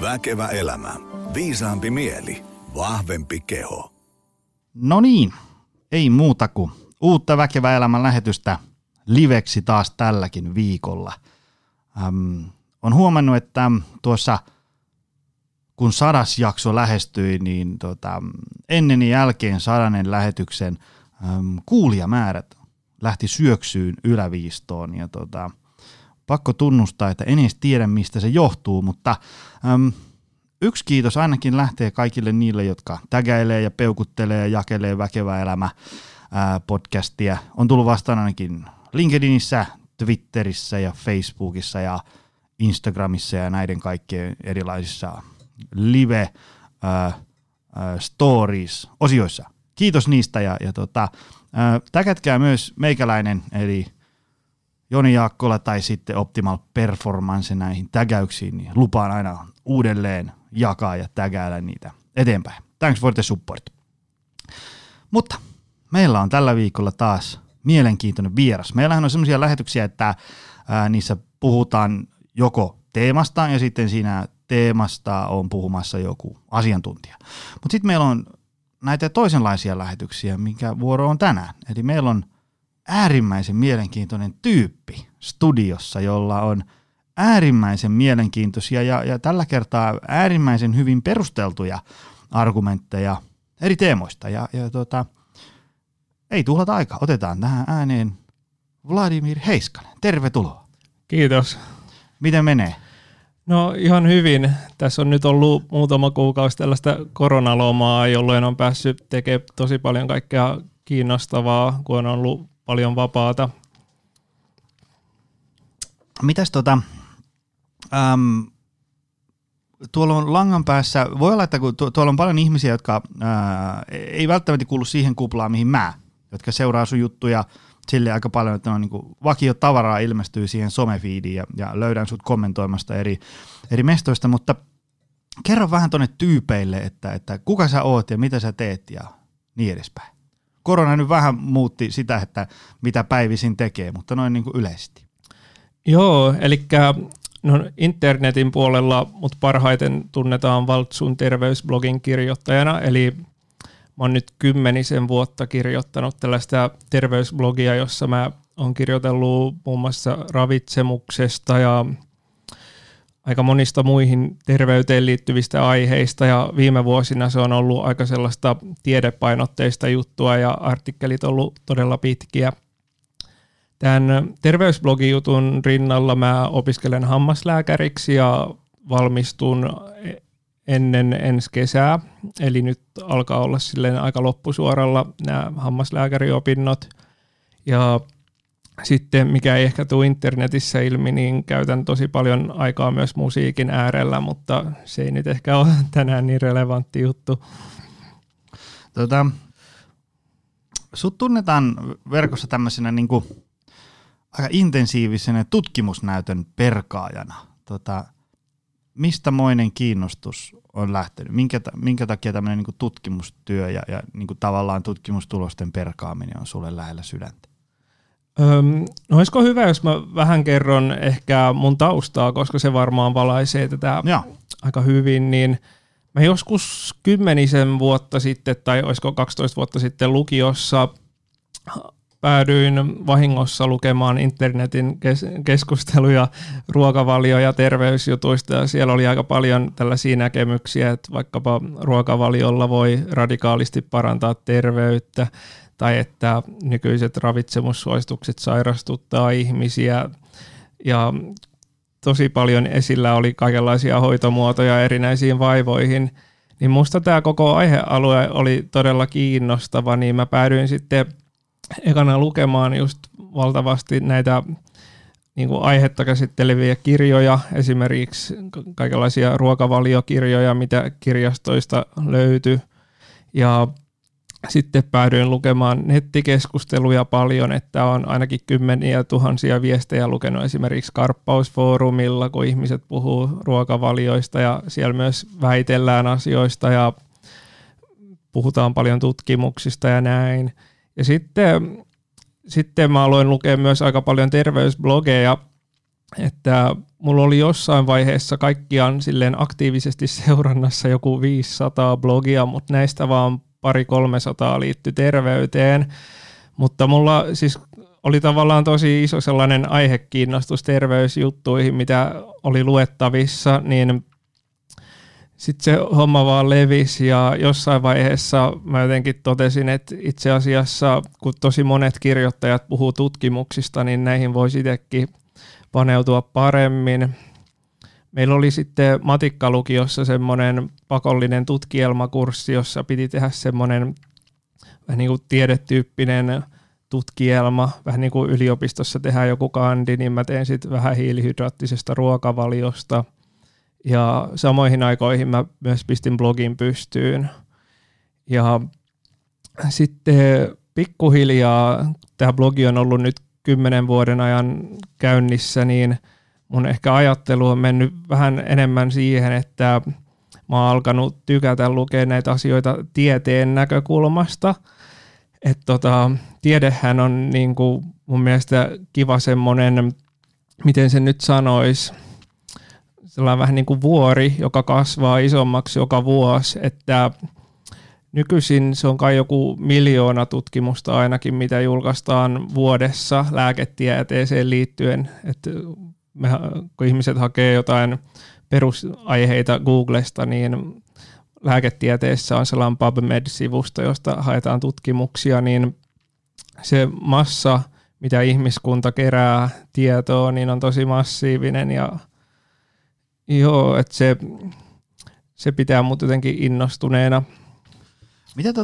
Väkevä elämä. Viisaampi mieli. Vahvempi keho. No niin, ei muuta kuin uutta Väkevä elämän lähetystä liveksi taas tälläkin viikolla. On huomannut, että tuossa kun 100. jakso lähestyi, niin ennen ja jälkeen 100. lähetyksen kuulijamäärät lähti syöksyyn yläviistoon. Ja pakko tunnustaa, että en edes tiedä mistä se johtuu, mutta yksi kiitos ainakin lähtee kaikille niille, jotka tägäilee ja peukuttelee ja jakelee Väkevä elämä podcastia. On tullut vastaan ainakin LinkedInissä, Twitterissä ja Facebookissa ja Instagramissa ja näiden kaikkien erilaisissa live stories osioissa. Kiitos niistä ja täkätkää myös meikäläinen eli Joni Jaakkola tai sitten Optimal Performance näihin tägäyksiin, niin lupaan aina uudelleen jakaa ja tägäällä niitä eteenpäin. Thanks for the support. Mutta meillä on tällä viikolla taas mielenkiintoinen vieras. Meillähän on sellaisia lähetyksiä, että niissä puhutaan joko teemasta ja sitten siinä teemasta on puhumassa joku asiantuntija. Mutta sitten meillä on näitä toisenlaisia lähetyksiä, minkä vuoro on tänään. Eli meillä on äärimmäisen mielenkiintoinen tyyppi studiossa, jolla on äärimmäisen mielenkiintoisia ja tällä kertaa äärimmäisen hyvin perusteltuja argumentteja eri teemoista. Ei tuhlata aikaa, otetaan tähän ääneen Vladimir Heiskanen. Tervetuloa. Kiitos. Miten menee? No ihan hyvin. Tässä on nyt ollut muutama kuukausi tällaista koronalomaa, jolloin on päässyt tekemään tosi paljon kaikkea kiinnostavaa, kun on ollut paljon vapaata. Mitäs tuolla on langan päässä, voi olla, että kun tuolla on paljon ihmisiä, jotka ei välttämättä kuulu siihen kuplaan, mihin mä, jotka seuraa sun juttuja sille aika paljon, että on niin kuin vakio tavaraa ilmestyy siihen somefiidiin ja löydän sut kommentoimasta eri mestoista, mutta kerro vähän tuonne tyypeille, että kuka sä oot ja mitä sä teet ja niin edespäin. Korona nyt vähän muutti sitä, että mitä päivisin tekee, mutta noin niin kuin yleisesti. Joo, eli internetin puolella mut parhaiten tunnetaan Valtsun terveysblogin kirjoittajana, eli mä oon nyt 10 vuotta kirjoittanut tällaista terveysblogia, jossa mä oon kirjoitellut muun muassa ravitsemuksesta ja aika monista muihin terveyteen liittyvistä aiheista, ja viime vuosina se on ollut aika sellaista tiedepainotteista juttua ja artikkelit on ollut todella pitkiä. Tämän terveysblogijutun rinnalla mä opiskelen hammaslääkäriksi ja valmistun ennen ensi kesää, eli nyt alkaa olla silleen aika loppusuoralla nämä hammaslääkäriopinnot. Ja sitten, mikä ei ehkä tule internetissä ilmi, niin käytän tosi paljon aikaa myös musiikin äärellä, mutta se ei nyt ehkä ole tänään niin relevantti juttu. Sut tunnetaan verkossa tämmöisenä niin kuin aika intensiivisenä tutkimusnäytön perkaajana. Mistä moinen kiinnostus on lähtenyt? Minkä takia tämmöinen niin kuin tutkimustyö ja niin kuin tavallaan tutkimustulosten perkaaminen on sulle lähellä sydäntä? No olisiko hyvä, jos mä vähän kerron ehkä mun taustaa, koska se varmaan valaisee tätä aika hyvin, niin mä joskus 10 vuotta sitten, tai olisiko 12 vuotta sitten lukiossa, päädyin vahingossa lukemaan internetin keskusteluja ruokavalio- ja terveysjutuista, ja siellä oli aika paljon tällaisia näkemyksiä, että vaikkapa ruokavaliolla voi radikaalisti parantaa terveyttä, tai että nykyiset ravitsemussuositukset sairastuttaa ihmisiä, ja tosi paljon esillä oli kaikenlaisia hoitomuotoja erinäisiin vaivoihin, niin musta tämä koko aihealue oli todella kiinnostava, niin mä päädyin sitten ekana lukemaan just valtavasti näitä niin kuin aihetta käsitteleviä kirjoja, esimerkiksi kaikenlaisia ruokavaliokirjoja, mitä kirjastoista löytyi, ja sitten päädyin lukemaan nettikeskusteluja paljon, että on ainakin 10 000 viestejä lukenut esimerkiksi Karppausfoorumilla, kun ihmiset puhuu ruokavalioista ja siellä myös väitellään asioista ja puhutaan paljon tutkimuksista ja näin. Ja sitten mä aloin lukea myös aika paljon terveysblogeja että mulla oli jossain vaiheessa kaikkiaan silleen aktiivisesti seurannassa joku 500 blogia, mutta näistä vaan 200-300 liittyi terveyteen. Mutta mulla siis oli tavallaan tosi iso sellainen aihekiinnostus terveysjuttuihin, mitä oli luettavissa, niin sitten se homma vaan levisi ja jossain vaiheessa mä jotenkin totesin, että itse asiassa kun tosi monet kirjoittajat puhuu tutkimuksista, niin näihin voisi itsekin paneutua paremmin. Meillä oli sitten matikkalukiossa semmoinen pakollinen tutkielmakurssi, jossa piti tehdä semmoinen vähän niin kuin tiedetyyppinen tutkielma, vähän niin kuin yliopistossa tehdään joku kandi, niin mä tein sitten vähän hiilihydraattisesta ruokavaliosta. Ja samoihin aikoihin mä myös pistin blogin pystyyn. Ja sitten pikkuhiljaa, tämä blogi on ollut nyt 10 vuoden ajan käynnissä, niin mun ehkä ajattelu on mennyt vähän enemmän siihen, että mä oon alkanut tykätä lukea näitä asioita tieteen näkökulmasta. Että tiedehän on niinku mun mielestä kiva semmoinen, miten se nyt sanoisi, sellainen vähän niin kuin vuori, joka kasvaa isommaksi joka vuosi, että nykyisin se on kai joku 1 miljoona tutkimusta ainakin, mitä julkaistaan vuodessa lääketieteeseen liittyen, että kun ihmiset hakee jotain perusaiheita Googlesta, niin lääketieteessä on sellainen PubMed-sivusto, josta haetaan tutkimuksia, niin se massa, mitä ihmiskunta kerää tietoa, niin on tosi massiivinen ja joo, että se pitää mut jotenkin innostuneena. Mitä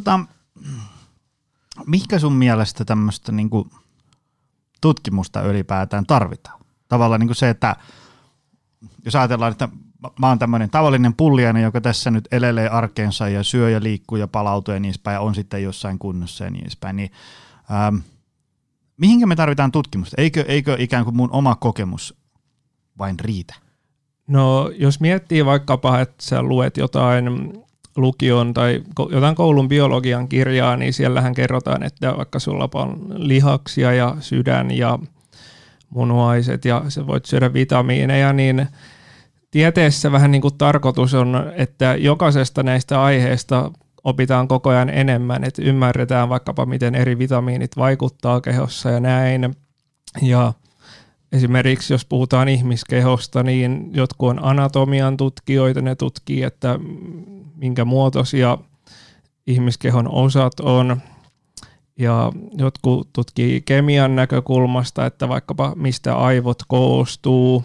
mihinkä sun mielestä tämmöistä niinku tutkimusta ylipäätään tarvitaan? Tavallaan niinku se, että jos ajatellaan, että mä oon tämmöinen tavallinen pulliainen, joka tässä nyt elelee arkeensa ja syö ja liikkuu ja palautuu ja niin edespäin ja on sitten jossain kunnossa ja niin edespäin, niin mihinkä me tarvitaan tutkimusta? Eikö ikään kuin mun oma kokemus vain riitä? No jos miettii vaikkapa, että sä luet jotain lukion tai jotain koulun biologian kirjaa, niin siellähän kerrotaan, että vaikka sulla on lihaksia ja sydän ja munuaiset ja sä voit syödä vitamiineja, niin tieteessä vähän niin kuin tarkoitus on, että jokaisesta näistä aiheista opitaan koko ajan enemmän, että ymmärretään vaikkapa miten eri vitamiinit vaikuttaa kehossa ja näin. Ja esimerkiksi jos puhutaan ihmiskehosta, niin jotkut on anatomian tutkijoita, ne tutkii, että minkä muotoisia ihmiskehon osat on. Ja jotkut tutkii kemian näkökulmasta, että vaikkapa mistä aivot koostuu.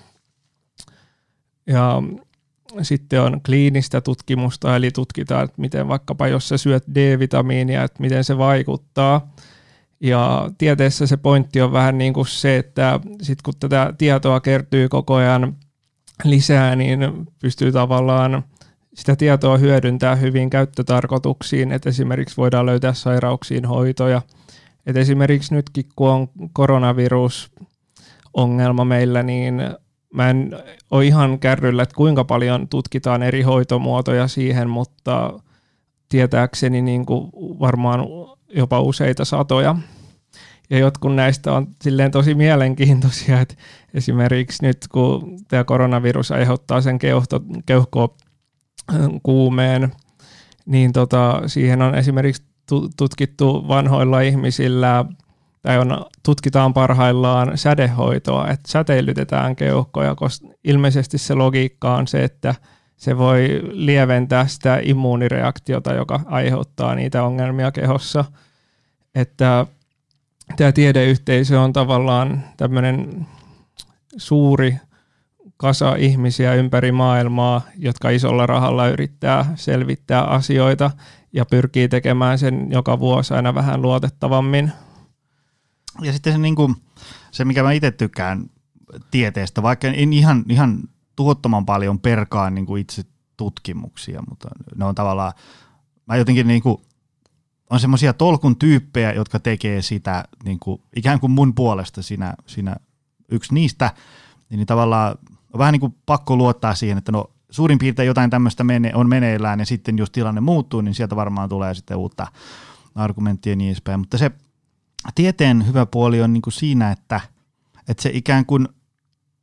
Ja sitten on kliinistä tutkimusta, eli tutkitaan, että miten vaikkapa jos sä syöt D-vitamiinia, että miten se vaikuttaa. Ja tieteessä se pointti on vähän niin kuin se, että sit kun tätä tietoa kertyy koko ajan lisää, niin pystyy tavallaan sitä tietoa hyödyntämään hyvin käyttötarkoituksiin, että esimerkiksi voidaan löytää sairauksiin hoitoja. Et esimerkiksi nytkin, kun on koronavirusongelma meillä, niin mä en ole ihan kärryllä, että kuinka paljon tutkitaan eri hoitomuotoja siihen, mutta tietääkseni niin kuin varmaan jopa useita satoja. Ja jotkut näistä on silleen tosi mielenkiintoisia, että esimerkiksi nyt kun tämä koronavirus aiheuttaa sen keuhkokuumeen, niin siihen on esimerkiksi tutkittu vanhoilla ihmisillä, tai tutkitaan parhaillaan sädehoitoa, että säteilytetään keuhkoja, koska ilmeisesti se logiikka on se, että se voi lieventää sitä immuunireaktiota, joka aiheuttaa niitä ongelmia kehossa. Että tämä tiedeyhteisö on tavallaan tämmöinen suuri kasa ihmisiä ympäri maailmaa, jotka isolla rahalla yrittää selvittää asioita ja pyrkii tekemään sen joka vuosi aina vähän luotettavammin. Ja sitten se mikä mä itse tykkään tieteestä, vaikka en ihan tuhottoman paljon perkaan niin kuin itse tutkimuksia, mutta ne on tavallaan, mä jotenkin on semmoisia tolkun tyyppejä, jotka tekee sitä ikään kuin mun puolesta siinä yksi niistä, niin tavallaan on vähän niin kuin pakko luottaa siihen, että no suurin piirtein jotain tämmöistä on meneillään ja sitten jos tilanne muuttuu, niin sieltä varmaan tulee sitten uutta argumenttia ja niin edespäin, mutta se tieteen hyvä puoli on niin kuin siinä, että se ikään kuin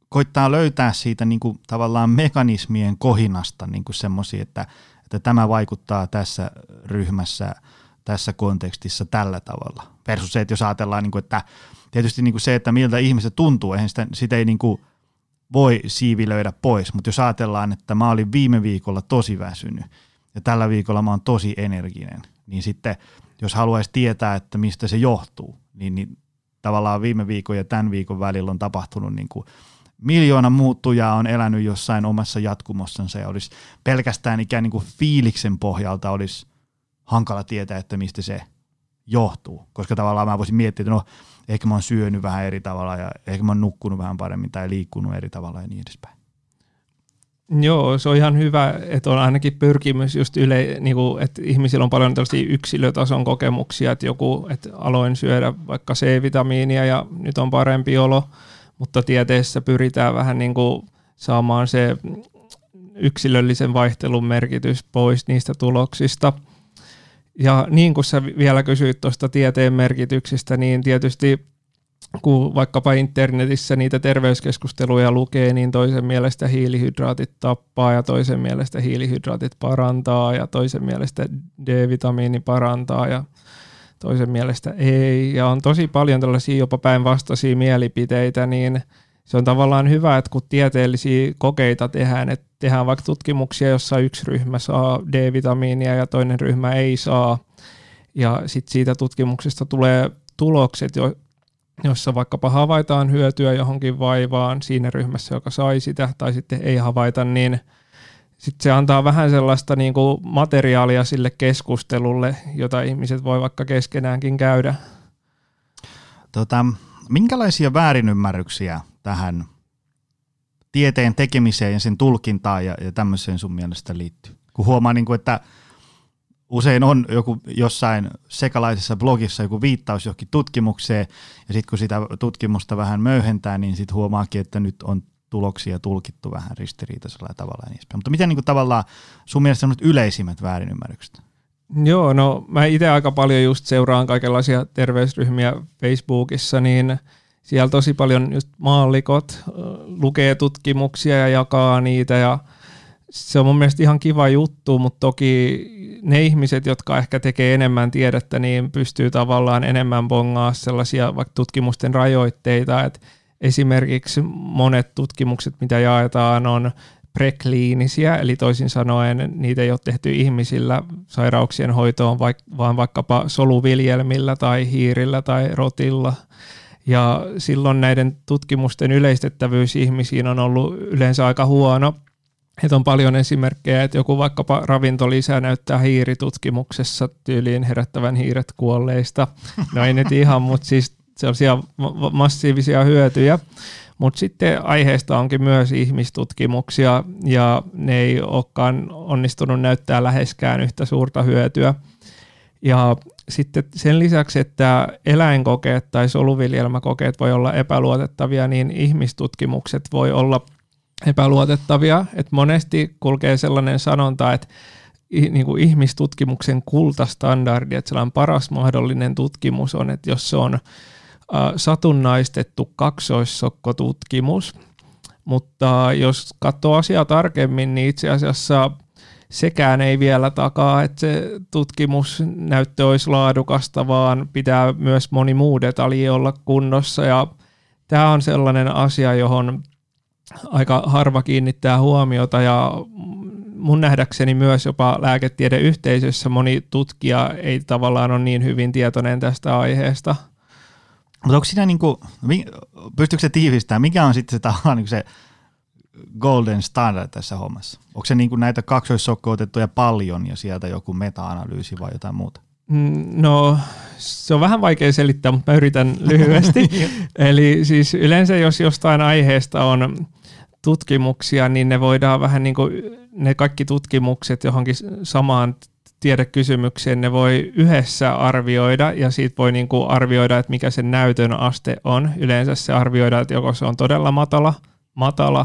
koittaa löytää siitä niin kuin tavallaan mekanismien kohinasta niin kuin semmoisia, että tämä vaikuttaa tässä ryhmässä, tässä kontekstissa tällä tavalla. Versus se, että jos ajatellaan, niin kuin, että tietysti niin kuin se, että miltä ihmiset tuntuu, eihän sitä ei niin kuin voi siivilöidä pois, mutta jos ajatellaan, että mä olin viime viikolla tosi väsynyt ja tällä viikolla mä oon tosi energinen, niin sitten jos haluaisi tietää, että mistä se johtuu, niin tavallaan viime viikon ja tämän viikon välillä on tapahtunut niin kuin miljoona muuttujaa on elänyt jossain omassa jatkumossansa ja olisi pelkästään ikään niin kuin fiiliksen pohjalta olisi hankala tietää, että mistä se johtuu. Koska tavallaan mä voisin miettiä, että no ehkä mä oon syönyt vähän eri tavalla ja ehkä mä oon nukkunut vähän paremmin tai liikkunut eri tavalla ja niin edespäin. Joo, se on ihan hyvä, että on ainakin pyrkimys just niin kuin, että ihmisillä on paljon tällaisia yksilötason kokemuksia, että että aloin syödä vaikka C-vitamiinia ja nyt on parempi olo, mutta tieteessä pyritään vähän niin kuin saamaan se yksilöllisen vaihtelun merkitys pois niistä tuloksista. Ja niin kuin sä vielä kysyit tuosta tieteen merkityksistä, niin tietysti kun vaikkapa internetissä niitä terveyskeskusteluja lukee, niin toisen mielestä hiilihydraatit tappaa ja toisen mielestä hiilihydraatit parantaa ja toisen mielestä D-vitamiini parantaa ja toisen mielestä ei. Ja on tosi paljon tällaisia jopa päinvastaisia mielipiteitä, niin se on tavallaan hyvä, että kun tieteellisiä kokeita tehdään, että tehdään vaikka tutkimuksia, jossa yksi ryhmä saa D-vitamiinia ja toinen ryhmä ei saa. Ja sitten siitä tutkimuksesta tulee tulokset, jossa vaikkapa havaitaan hyötyä johonkin vaivaan siinä ryhmässä, joka sai sitä, tai sitten ei havaita, niin sitten se antaa vähän sellaista niin kuin materiaalia sille keskustelulle, jota ihmiset voi vaikka keskenäänkin käydä. Minkälaisia väärinymmärryksiä tähän tieteen tekemiseen ja sen tulkintaan ja tämmöiseen sun mielestä liittyy? Kun huomaa, niin kuin, että usein on joku jossain sekalaisessa blogissa joku viittaus johonkin tutkimukseen, ja sitten kun sitä tutkimusta vähän möyhentää, niin sitten huomaakin, että nyt on tuloksia tulkittu vähän ristiriitaisella tavalla ja niin edespäin. Mutta miten niin kuin tavallaan sun mielestä on yleisimmät väärinymmärrykset? Joo, no mä itse aika paljon just seuraan kaikenlaisia terveysryhmiä Facebookissa, niin siellä tosi paljon just maallikot lukee tutkimuksia ja jakaa niitä, ja se on mun mielestä ihan kiva juttu, mutta toki ne ihmiset, jotka ehkä tekee enemmän tiedettä, niin pystyy tavallaan enemmän bongaa sellaisia vaikka tutkimusten rajoitteita, että esimerkiksi monet tutkimukset, mitä jaetaan, on prekliinisiä, eli toisin sanoen niitä ei ole tehty ihmisillä sairauksien hoitoon, vaan vaikkapa soluviljelmillä tai hiirillä tai rotilla. Ja silloin näiden tutkimusten yleistettävyys ihmisiin on ollut yleensä aika huono. Että on paljon esimerkkejä, että joku vaikkapa ravintolisä näyttää hiiritutkimuksessa tyyliin herättävän hiiret kuolleista. No ei nyt ihan, mutta siis sellaisia massiivisia hyötyjä. Mutta sitten aiheesta onkin myös ihmistutkimuksia ja ne ei olekaan onnistunut näyttää läheskään yhtä suurta hyötyä. Ja sitten sen lisäksi, että eläinkokeet tai soluviljelmäkokeet voi olla epäluotettavia, niin ihmistutkimukset voi olla epäluotettavia. Et monesti kulkee sellainen sanonta, että niin kuin ihmistutkimuksen kultastandardi, että sellainen paras mahdollinen tutkimus on, että jos se on satunnaistettu kaksoissokkotutkimus, mutta jos katsoo asiaa tarkemmin, niin itse asiassa sekään ei vielä takaa, että se tutkimusnäyttö olisi laadukasta, vaan pitää myös moni muu detalji olla kunnossa, ja tämä on sellainen asia, johon aika harva kiinnittää huomiota, ja mun nähdäkseni myös jopa lääketiedeyhteisössä moni tutkija ei tavallaan ole niin hyvin tietoinen tästä aiheesta. Mutta onko siinä, pystyykö se tiivistämään, mikä on sitten se tavallaan niin se golden standard tässä hommassa? Onko se niin kuin näitä kaksoissokko-otettuja paljon ja sieltä joku meta-analyysi vai jotain muuta? No se on vähän vaikea selittää, mutta mä yritän lyhyesti. Eli siis yleensä jos jostain aiheesta on tutkimuksia, niin ne voidaan vähän niin kuin ne kaikki tutkimukset johonkin samaan tiedekysymykseen, ne voi yhdessä arvioida ja siitä voi niin kuin arvioida, että mikä sen näytön aste on. Yleensä se arvioidaan, että joko se on todella matala,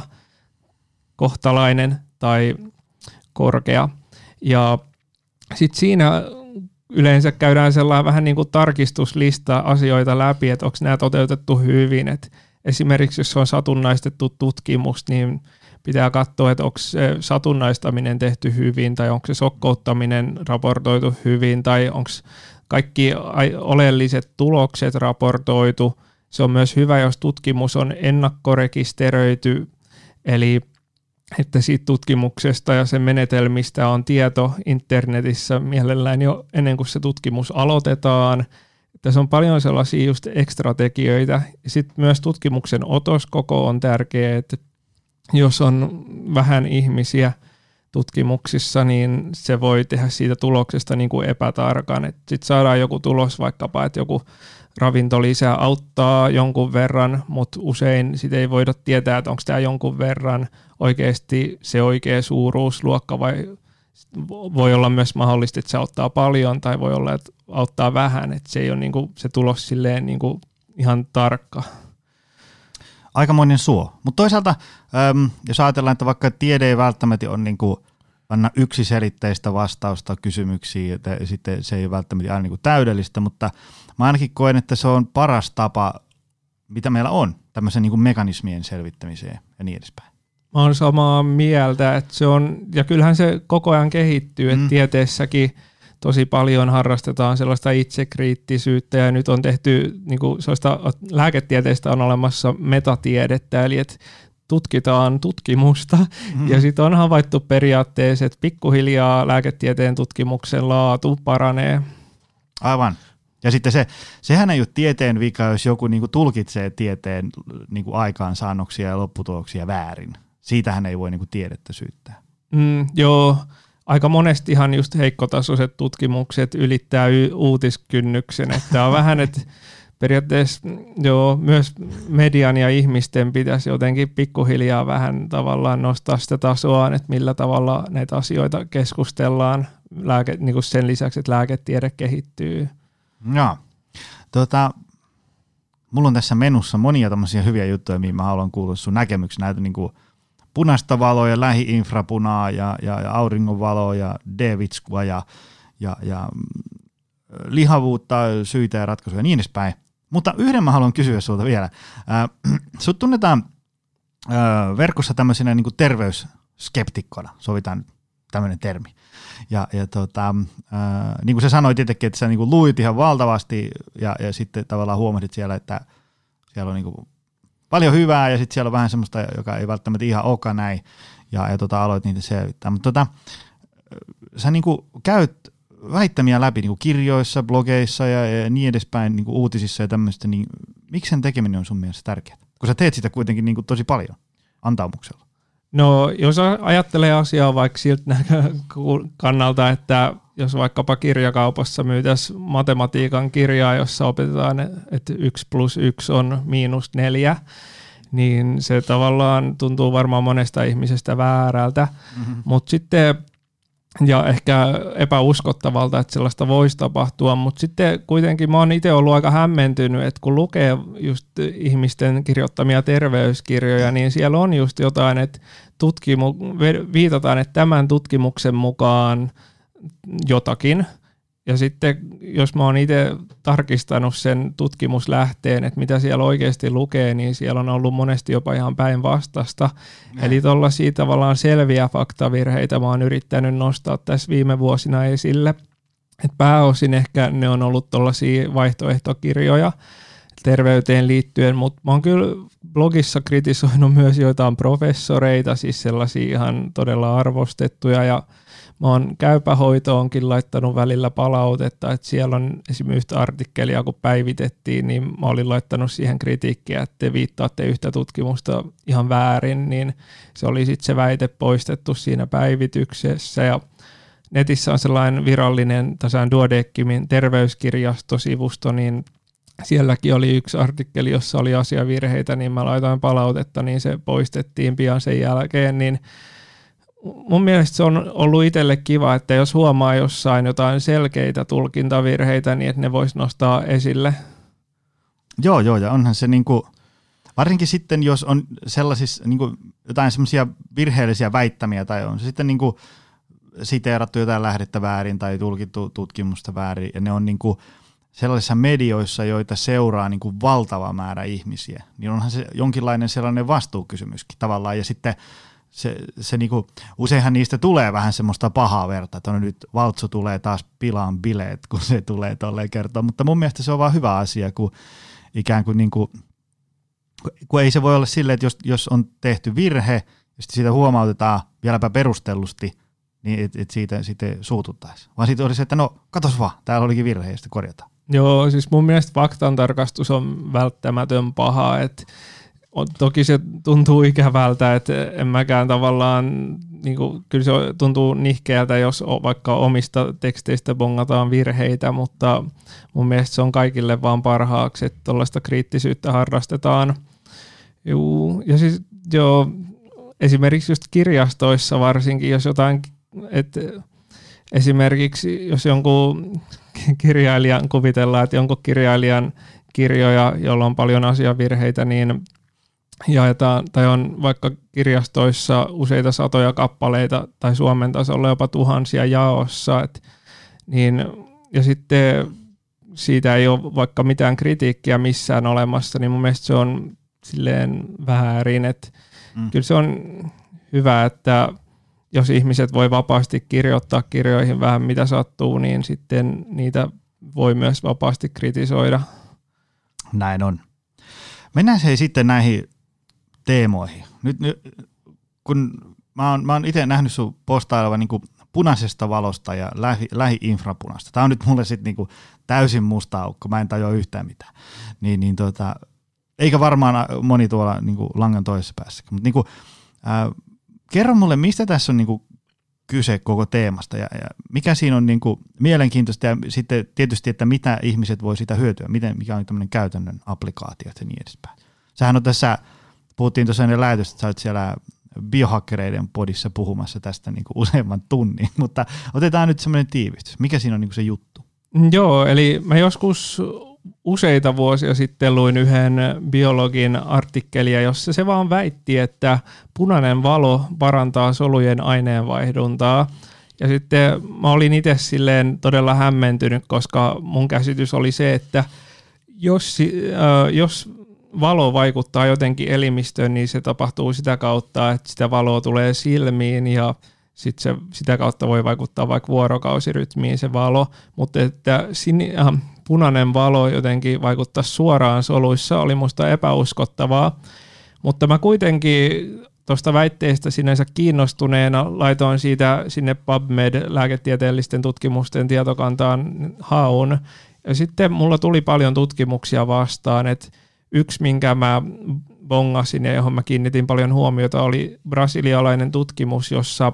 kohtalainen tai korkea. Ja sitten siinä yleensä käydään sellainen vähän niin kuin tarkistuslista asioita läpi, että onko nämä toteutettu hyvin, että esimerkiksi jos on satunnaistettu tutkimus, niin pitää katsoa, että onko se satunnaistaminen tehty hyvin tai onko se sokkouttaminen raportoitu hyvin tai onko kaikki oleelliset tulokset raportoitu. Se on myös hyvä, jos tutkimus on ennakkorekisteröity, eli että siitä tutkimuksesta ja sen menetelmistä on tieto internetissä mielellään jo ennen kuin se tutkimus aloitetaan. Tässä on paljon sellaisia just ekstratekijöitä. Sitten myös tutkimuksen otoskoko on tärkeä, että jos on vähän ihmisiä tutkimuksissa, niin se voi tehdä siitä tuloksesta niin kuin epätarkan. Sitten saadaan joku tulos vaikkapa, että joku ravintolisä auttaa jonkun verran, mutta usein sitä ei voida tietää, että onko tämä jonkun verran oikeasti se oikea suuruusluokka vai voi olla myös mahdollista, että se auttaa paljon tai voi olla, että auttaa vähän, että se ei ole niinku se tulos silleen niinku ihan tarkka. Aikamoinen suo. Mutta toisaalta, jos ajatellaan, että vaikka tiede ei välttämättä ole niinku anna yksiselitteistä vastausta kysymyksiin, että sitten se ei ole välttämättä aina niinku täydellistä, mutta mä ainakin koen, että se on paras tapa, mitä meillä on, tämmöisen niinku mekanismien selvittämiseen ja niin edespäin. Mä oon samaa mieltä, että se on, ja kyllähän se koko ajan kehittyy, että tieteessäkin tosi paljon harrastetaan sellaista itsekriittisyyttä, ja nyt on tehty, niin kuin sellaista lääketieteestä on olemassa metatiedettä, eli että tutkitaan tutkimusta, ja sitten on havaittu periaatteessa, että pikkuhiljaa lääketieteen tutkimuksen laatu paranee. Aivan. Ja sitten sehän ei ole tieteen vika, jos joku niinku tulkitsee tieteen niinku aikaansaannoksia ja lopputuloksia väärin. Siitähän ei voi niinku tiedettä syyttää. Joo, aika monestihan just heikkotasoiset tutkimukset ylittää uutiskynnyksen. Että on vähän, että periaatteessa joo, myös median ja ihmisten pitäisi jotenkin pikkuhiljaa vähän tavallaan nostaa sitä tasoaan, että millä tavalla näitä asioita keskustellaan niin kuin sen lisäksi, että lääketiede kehittyy. Joo. Mulla on tässä menussa monia tommosia hyviä juttuja, mihin mä haluan kuulla sun näkemyksen. Näitä niinku punaista valoa ja lähi-infrapunaa ja auringonvaloa ja D-vitskua ja lihavuutta, syitä ja ratkaisuja ja niin edespäin. Mutta yhden mä haluan kysyä sulta vielä. Sut tunnetaan verkossa tämmöisenä niinku terveysskeptikkona, sovitaan nyt tämmöinen termi. Ja niin kuin sä sanoit itsekin, että sä niin kuin luit ihan valtavasti ja sitten tavallaan huomasit siellä, että siellä on niin kuin paljon hyvää ja sitten siellä on vähän semmoista, joka ei välttämättä ihan olekaan näin ja aloit niitä selvittää. Mutta sä niin kuin käyt väittämiä läpi niin kuin kirjoissa, blogeissa ja niin edespäin niin kuin uutisissa ja tämmöistä, niin miksi sen tekeminen on sun mielestä tärkeää? Kun sä teet sitä kuitenkin niin kuin tosi paljon antaumuksella. No jos ajattelee asiaa vaikka siltä kannalta, että jos vaikkapa kirjakaupassa myytäisiin matematiikan kirjaa, jossa opetetaan, että 1+1 on -4, niin se tavallaan tuntuu varmaan monesta ihmisestä väärältä, mutta sitten ja ehkä epäuskottavalta, että sellaista voisi tapahtua, mutta sitten kuitenkin mä oon itse ollut aika hämmentynyt, että kun lukee just ihmisten kirjoittamia terveyskirjoja, niin siellä on just jotain, että viitataan, että tämän tutkimuksen mukaan jotakin, ja sitten jos mä oon itse tarkistanut sen tutkimuslähteen, että mitä siellä oikeasti lukee, niin siellä on ollut monesti jopa ihan päinvastaista. Eli tuollaisia tavallaan selviä faktavirheitä mä oon yrittänyt nostaa tässä viime vuosina esille. Et pääosin ehkä ne on ollut tuollaisia vaihtoehtokirjoja terveyteen liittyen, mutta mä oon kyllä blogissa kritisoinut myös joitain professoreita, siis sellaisia ihan todella arvostettuja, ja mä oon käypähoitoonkin laittanut välillä palautetta, että siellä on esimerkiksi yhtä artikkelia, kun päivitettiin, niin mä olin laittanut siihen kritiikkiä, että te viittaatte yhtä tutkimusta ihan väärin, niin se oli sitten se väite poistettu siinä päivityksessä, ja netissä on sellainen virallinen tasan Duodecimin terveyskirjastosivusto, niin sielläkin oli yksi artikkeli, jossa oli asiavirheitä, niin mä laitoin palautetta, niin se poistettiin pian sen jälkeen, niin mun mielestä se on ollut itselle kiva, että jos huomaa jossain jotain selkeitä tulkintavirheitä, niin että ne vois nostaa esille. Joo, ja onhan se niinku, varsinkin sitten, jos on sellaisissa niinku jotain semmoisia virheellisiä väittämiä, tai on se sitten niinku siteerattu jotain lähdettä väärin tai tulkittu tutkimusta väärin, ja ne on niinku sellaisissa medioissa, joita seuraa niin kuin valtava määrä ihmisiä, niin onhan se jonkinlainen sellainen vastuukysymyskin tavallaan. Ja sitten se niin kuin, useinhan niistä tulee vähän semmoista pahaa verta, että nyt Valtsu tulee taas pilaan bileet, kun se tulee tolleen kertoa. Mutta mun mielestä se on vaan hyvä asia, kun ikään kuin, kun ei se voi olla silleen, että jos on tehty virhe, ja sitten siitä huomautetaan vieläpä perustellusti, niin että siitä sitten suututtaisiin. Vaan siitä olisi, että no katos vaan, täällä olikin virhe ja sitten korjataan. Joo, siis mun mielestä faktantarkastus on välttämätön paha, että toki se tuntuu ikävältä, että en mäkään tavallaan, niin kuin, kyllä se tuntuu nihkeältä, jos vaikka omista teksteistä bongataan virheitä, mutta mun mielestä se on kaikille vaan parhaaksi, että tuollaista kriittisyyttä harrastetaan. Juu, ja siis joo, esimerkiksi just kirjastoissa varsinkin, jos jotain, että esimerkiksi jos jonkun kirjailijan kuvitellaan, että jonkun kirjailijan kirjoja, jolla on paljon asiavirheitä, niin jaetaan, tai on vaikka kirjastoissa useita satoja kappaleita tai Suomen tasolla jopa tuhansia jaossa, niin, ja sitten siitä ei ole vaikka mitään kritiikkiä missään olemassa, niin mun mielestä se on silleen väärin, että kyllä se on hyvä, että jos ihmiset voi vapaasti kirjoittaa kirjoihin vähän mitä sattuu, niin sitten niitä voi myös vapaasti kritisoida. Näin on. Mennään se sitten näihin teemoihin. Nyt kun mä oon itse nähnyt sun postailevan niin kuin punaisesta valosta ja lähi-infrapunasta. Tää on nyt mulle sitten niin kuin täysin musta aukko, mä en tajua yhtään mitään. Eikä varmaan moni tuolla niin kuin langan toisessa päässä. Mutta niin kuin, kerro mulle, mistä tässä on niin kuin kyse koko teemasta ja mikä siinä on niin kuin mielenkiintoista ja sitten tietysti, että mitä ihmiset voi sitä hyötyä, mikä on tämmöinen käytännön applikaatio ja niin edespäin. Sähän on tässä, puhuttiin tuossa ennen lähetystä, että sä olet siellä biohakkereiden podissa puhumassa tästä niin kuin useamman tunnin, mutta otetaan nyt semmoinen tiivistys. Mikä siinä on niin kuin se juttu? Joo, eli mä joskus useita vuosia sitten luin yhden biologin artikkelia, jossa se vaan väitti, että punainen valo parantaa solujen aineenvaihduntaa. Ja sitten mä olin itse silleen todella hämmentynyt, koska mun käsitys oli se, että jos valo vaikuttaa jotenkin elimistöön, niin se tapahtuu sitä kautta, että sitä valoa tulee silmiin ja sitten sitä kautta voi vaikuttaa vaikka vuorokausirytmiin se valo, mutta että punainen valo jotenkin vaikuttaa suoraan soluissa oli musta epäuskottavaa, mutta mä kuitenkin tuosta väitteestä sinänsä kiinnostuneena laitoin siitä sinne PubMed-lääketieteellisten tutkimusten tietokantaan haun, ja sitten mulla tuli paljon tutkimuksia vastaan, että yksi, minkä mä bongasin ja johon mä kiinnitin paljon huomiota, oli brasilialainen tutkimus, jossa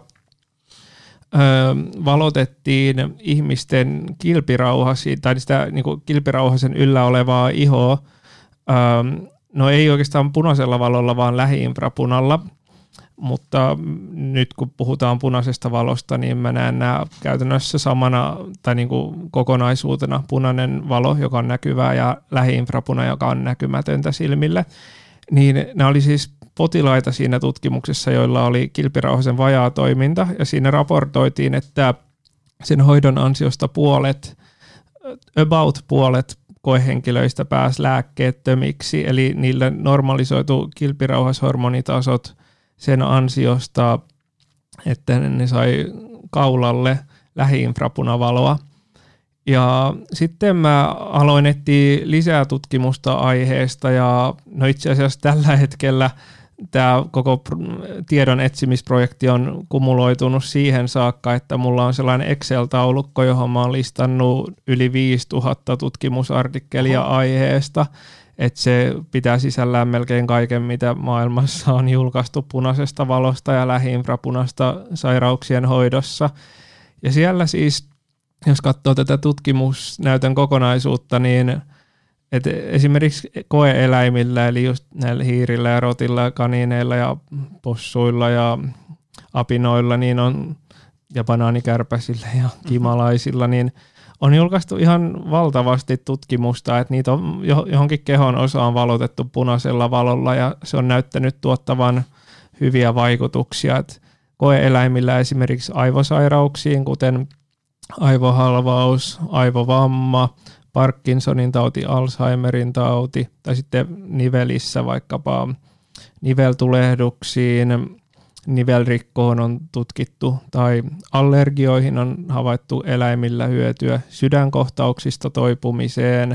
valotettiin ihmisten kilpirauhasi tai sitä niin kuin kilpirauhasen yllä olevaa ihoa. No ei oikeastaan punaisella valolla, vaan lähi-infrapunalla, mutta nyt kun puhutaan punaisesta valosta, niin mä näen nämä käytännössä samana tai niin kuin kokonaisuutena punainen valo, joka on näkyvää, ja lähi-infrapuna, joka on näkymätöntä silmille. Niin nämä oli siis potilaita siinä tutkimuksessa, joilla oli kilpirauhasen vajaa toiminta, ja siinä raportoitiin, että sen hoidon ansiosta about puolet koehenkilöistä pääsi lääkkeettömiksi, eli niille normalisoitu kilpirauhashormonitasot sen ansiosta, että ne sai kaulalle lähi-infrapunavaloa. Ja sitten mä aloin etsiä lisää tutkimusta aiheesta, ja no itse asiassa tällä hetkellä tämä koko tiedon etsimisprojekti on kumuloitunut siihen saakka, että mulla on sellainen Excel-taulukko, johon mä oon listannut yli 5000 tutkimusartikkelia aiheesta, että se pitää sisällään melkein kaiken, mitä maailmassa on julkaistu punaisesta valosta ja lähi-infrapunasta sairauksien hoidossa. Ja siellä siis, jos katsoo tätä tutkimusnäytön kokonaisuutta, niin että esimerkiksi koe-eläimillä, eli just näillä hiirillä ja rotilla ja kaniineilla ja possuilla ja apinoilla, niin on, ja banaanikärpäsillä ja kimalaisilla, niin on julkaistu ihan valtavasti tutkimusta, että niitä on johonkin kehon osaan valotettu punaisella valolla, ja se on näyttänyt tuottavan hyviä vaikutuksia. Että koe-eläimillä esimerkiksi aivosairauksiin, kuten aivohalvaus, aivovamma, Parkinsonin tauti, Alzheimerin tauti tai sitten nivelissä vaikkapa niveltulehduksiin, nivelrikkoon on tutkittu tai allergioihin on havaittu eläimillä hyötyä, sydänkohtauksista toipumiseen.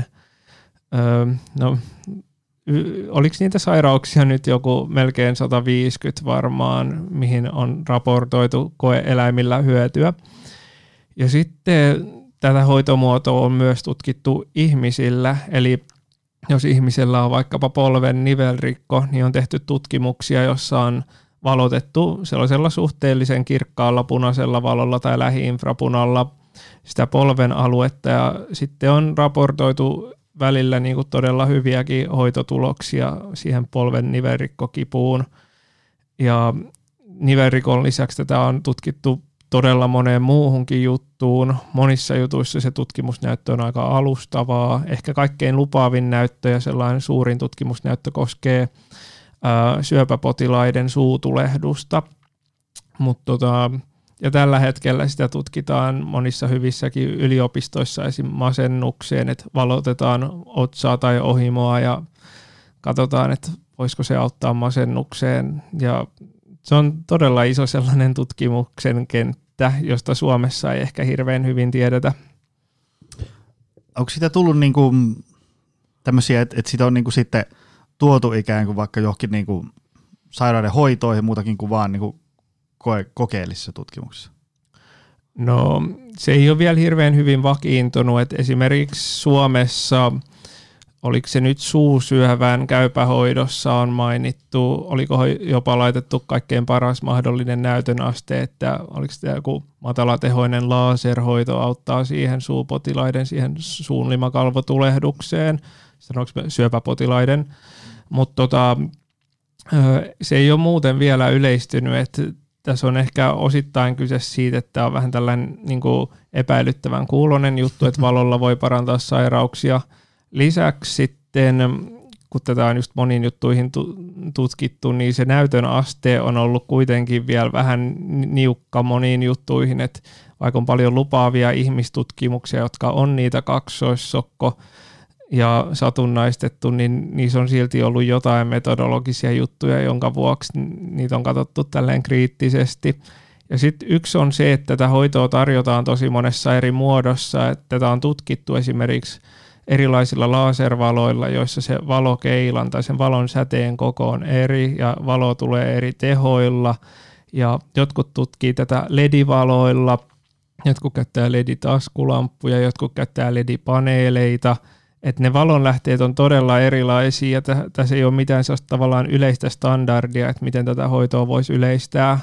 Oliko niitä sairauksia nyt joku melkein 150 varmaan, mihin on raportoitu koe-eläimillä hyötyä. Ja sitten tätä hoitomuotoa on myös tutkittu ihmisillä, eli jos ihmisellä on vaikkapa polven nivelrikko, niin on tehty tutkimuksia, jossa on valotettu sellaisella suhteellisen kirkkaalla punaisella valolla tai lähi-infrapunalla sitä polven aluetta ja sitten on raportoitu välillä niin kuin todella hyviäkin hoitotuloksia siihen polven nivelrikkokipuun. Ja nivelrikon lisäksi tätä on tutkittu todella moneen muuhunkin juttuun. Monissa jutuissa se tutkimusnäyttö on aika alustavaa. Ehkä kaikkein lupaavin näyttö ja sellainen suurin tutkimusnäyttö koskee syöpäpotilaiden suutulehdusta. Ja tällä hetkellä sitä tutkitaan monissa hyvissäkin yliopistoissa esim. Masennukseen, että valotetaan otsaa tai ohimoa ja katsotaan, että voisiko se auttaa masennukseen. Ja se on todella iso sellainen tutkimuksen kenttä, josta Suomessa ei ehkä hirveän hyvin tiedetä. Onko siitä tullut niinku tämmöisiä, että sitä on niinku sitten tuotu ikään kuin vaikka johonkin niinku sairauden hoitoihin muutakin kuin vaan niinku kokeellisissa tutkimuksissa? No se ei ole vielä hirveän hyvin vakiintunut, että esimerkiksi Suomessa, oliko se nyt suusyövän käypähoidossa on mainittu, oliko jopa laitettu kaikkein paras mahdollinen näytön aste, että oliko se joku matalatehoinen laserhoito auttaa siihen suupotilaiden, siihen suunlimakalvotulehdukseen, sanoinko syöpäpotilaiden, mutta se ei ole muuten vielä yleistynyt, että tässä on ehkä osittain kyse siitä, että on vähän tällainen niin kuin epäilyttävän kuuloinen juttu, että valolla voi parantaa sairauksia. Lisäksi sitten, kun tätä on just moniin juttuihin tutkittu, niin se näytön aste on ollut kuitenkin vielä vähän niukka moniin juttuihin, että vaikka on paljon lupaavia ihmistutkimuksia, jotka on niitä kaksoissokko ja satunnaistettu, niin niissä on silti ollut jotain metodologisia juttuja, jonka vuoksi niitä on katsottu tälleen kriittisesti. Ja sitten yksi on se, että tätä hoitoa tarjotaan tosi monessa eri muodossa, että tätä on tutkittu esimerkiksi erilaisilla laservaloilla, joissa se valokeilan tai sen valon säteen koko on eri ja valo tulee eri tehoilla. Ja jotkut tutkii tätä LED-valoilla, jotkut käyttää LED-taskulamppuja, jotkut käyttää LED-paneeleita. Että ne valonlähteet on todella erilaisia ja tässä ei ole mitään sellaista tavallaan yleistä standardia, että miten tätä hoitoa voisi yleistää.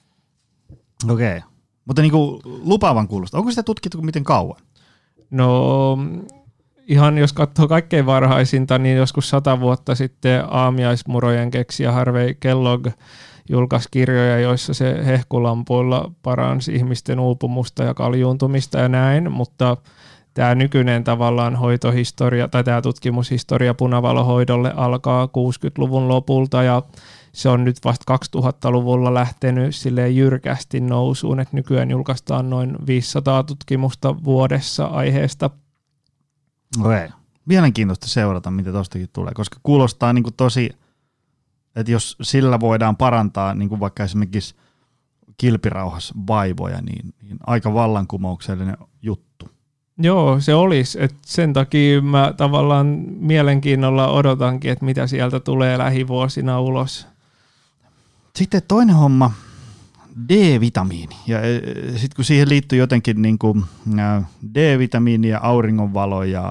Okei, mutta niin kuin lupaavan kuulosta. Onko sitä tutkittu miten kauan? No ihan jos katsoo kaikkein varhaisinta, niin joskus 100 vuotta sitten aamiaismurojen keksijä Harvey Kellogg julkaisi kirjoja, joissa se hehkulampuilla paransi ihmisten uupumusta ja kaljuuntumista ja näin, mutta tämä nykyinen tavallaan hoitohistoria tai tämä tutkimushistoria punavalohoidolle alkaa 60-luvun lopulta ja se on nyt vasta 2000-luvulla lähtenyt silleen jyrkästi nousuun, että nykyään julkaistaan noin 500 tutkimusta vuodessa aiheesta. Okei. Mielenkiintoista seurata, mitä tuostakin tulee, koska kuulostaa niin kuin tosi, että jos sillä voidaan parantaa niin kuin vaikka esimerkiksi kilpirauhas vaivoja, niin aika vallankumouksellinen juttu. Joo, se olisi. Et sen takia mä tavallaan mielenkiinnolla odotankin, että mitä sieltä tulee lähivuosina ulos. Sitten toinen homma, D-vitamiini. Ja sitten kun siihen liittyy jotenkin niin kuin D-vitamiini ja auringonvalo ja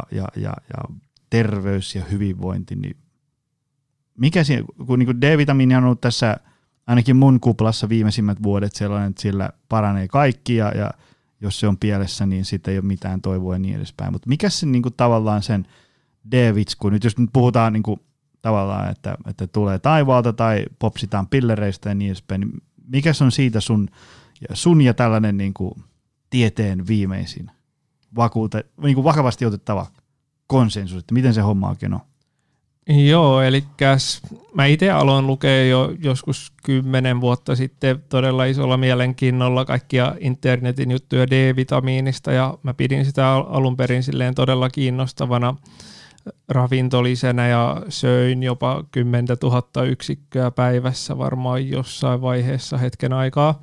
terveys ja hyvinvointi, niin mikä siinä, kun niin kuin D-vitamiini on ollut tässä ainakin mun kuplassa viimeisimmät vuodet sellainen, että sillä paranee kaikki ja jos se on pielessä, niin sitten ei ole mitään toivoa ja niin edespäin. Mutta mikä se niin kuin tavallaan sen D-vitsku, nyt jos nyt puhutaan niin kuin tavallaan, että tulee taivaalta tai popsitaan pillereistä ja niin edespäin, niin mikä se on siitä sun ja tällainen niin kuin tieteen viimeisin niin kuin vakavasti otettava konsensus, että miten se homma oikein on? Joo, eli mä itse aloin lukea jo joskus 10 vuotta sitten todella isolla mielenkiinnolla kaikkia internetin juttuja D-vitamiinista, ja mä pidin sitä alun perin silleen todella kiinnostavana ravintolisena ja söin jopa 10 000 yksikköä päivässä varmaan jossain vaiheessa hetken aikaa.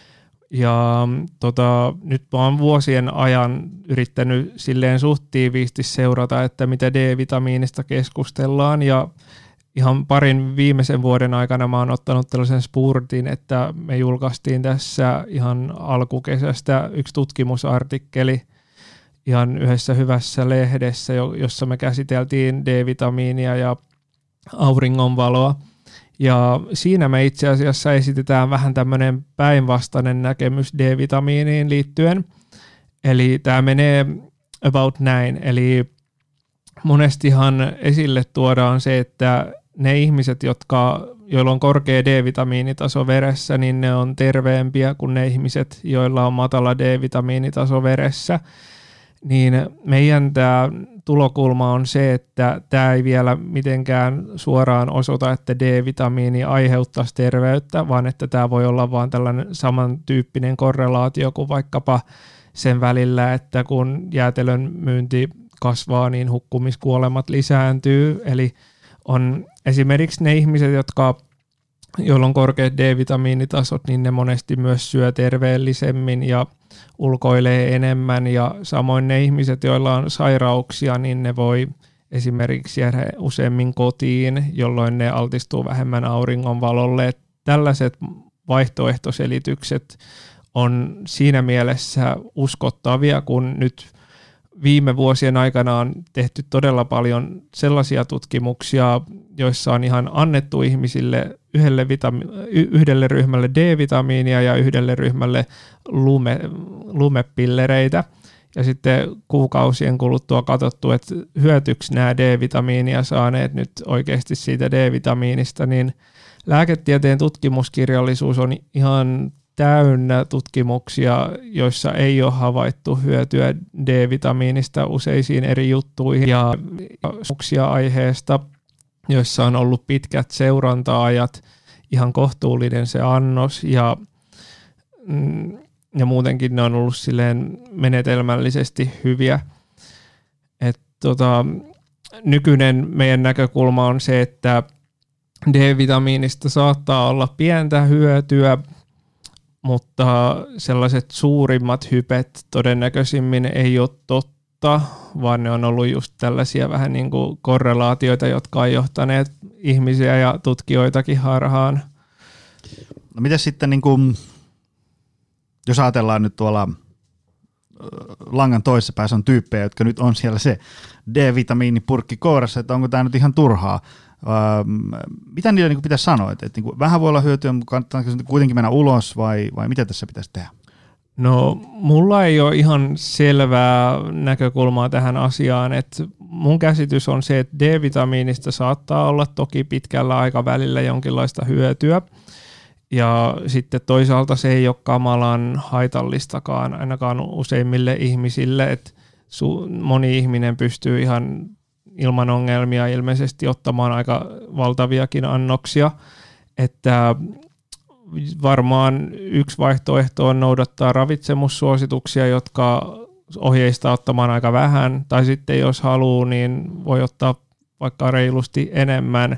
Ja nyt mä oon vuosien ajan yrittänyt silleen suht tiiviisti seurata, että mitä D-vitamiinista keskustellaan, ja ihan parin viimeisen vuoden aikana mä oon ottanut tällaisen spurtin, että me julkaistiin tässä ihan alkukesästä yksi tutkimusartikkeli ihan yhdessä hyvässä lehdessä, jossa me käsiteltiin D-vitamiinia ja auringonvaloa. Ja siinä me itse asiassa esitetään vähän tämmöinen päinvastainen näkemys D-vitamiiniin liittyen. Eli tämä menee about näin. Eli monestihan esille tuodaan se, että ne ihmiset, joilla on korkea D-vitamiinitaso veressä, niin ne on terveempiä kuin ne ihmiset, joilla on matala D-vitamiinitaso veressä. Niin meidän tämä tulokulma on se, että tämä ei vielä mitenkään suoraan osoita, että D-vitamiini aiheuttaisi terveyttä, vaan että tämä voi olla vaan tällainen samantyyppinen korrelaatio kuin vaikkapa sen välillä, että kun jäätelön myynti kasvaa, niin hukkumiskuolemat lisääntyy. Eli on esimerkiksi ne ihmiset, joilla on korkeat D-vitamiinitasot, niin ne monesti myös syö terveellisemmin ja ulkoilee enemmän, ja samoin ne ihmiset, joilla on sairauksia, niin ne voi esimerkiksi jäädä useammin kotiin, jolloin ne altistuu vähemmän auringonvalolle. Tällaiset vaihtoehtoselitykset on siinä mielessä uskottavia, kun nyt viime vuosien aikana on tehty todella sellaisia tutkimuksia, joissa on ihan annettu ihmisille yhdelle ryhmälle D-vitamiinia ja yhdelle ryhmälle lumepillereitä. Ja sitten kuukausien kuluttua katsottu, että hyötyykö nämä D-vitamiinia saaneet nyt oikeasti siitä D-vitamiinista, niin lääketieteen tutkimuskirjallisuus on ihan täynnä tutkimuksia, joissa ei ole havaittu hyötyä D-vitamiinista useisiin eri juttuihin ja aiheesta, joissa on ollut pitkät seuranta-ajat, ihan kohtuullinen se annos ja muutenkin ne on ollut silleen menetelmällisesti hyviä. Nykyinen meidän näkökulma on se, että D-vitamiinista saattaa olla pientä hyötyä, mutta sellaiset suurimmat hypet todennäköisimmin ei ole totta, vaan ne on ollut just tällaisia vähän niin kuin korrelaatioita, jotka on johtaneet ihmisiä ja tutkijoitakin harhaan. No miten sitten, niin kuin, jos ajatellaan nyt tuolla langan toisessa päässä on tyyppejä, jotka nyt on siellä se D-vitamiinipurkki kourassa, että onko tämä nyt ihan turhaa? Mitä niille niin pitäisi sanoa? Että niin vähän voi olla hyötyä, mutta kannattaako kuitenkin mennä ulos vai mitä tässä pitäisi tehdä? No mulla ei ole ihan selvää näkökulmaa tähän asiaan. Että mun käsitys on se, että D-vitamiinista saattaa olla toki pitkällä aikavälillä jonkinlaista hyötyä. Ja sitten toisaalta se ei ole kamalan haitallistakaan ainakaan useimmille ihmisille, että moni ihminen pystyy ihan ilman ongelmia ilmeisesti ottamaan aika valtaviakin annoksia, että varmaan yksi vaihtoehto on noudattaa ravitsemussuosituksia, jotka ohjeistaa ottamaan aika vähän, tai sitten jos haluaa, niin voi ottaa vaikka reilusti enemmän.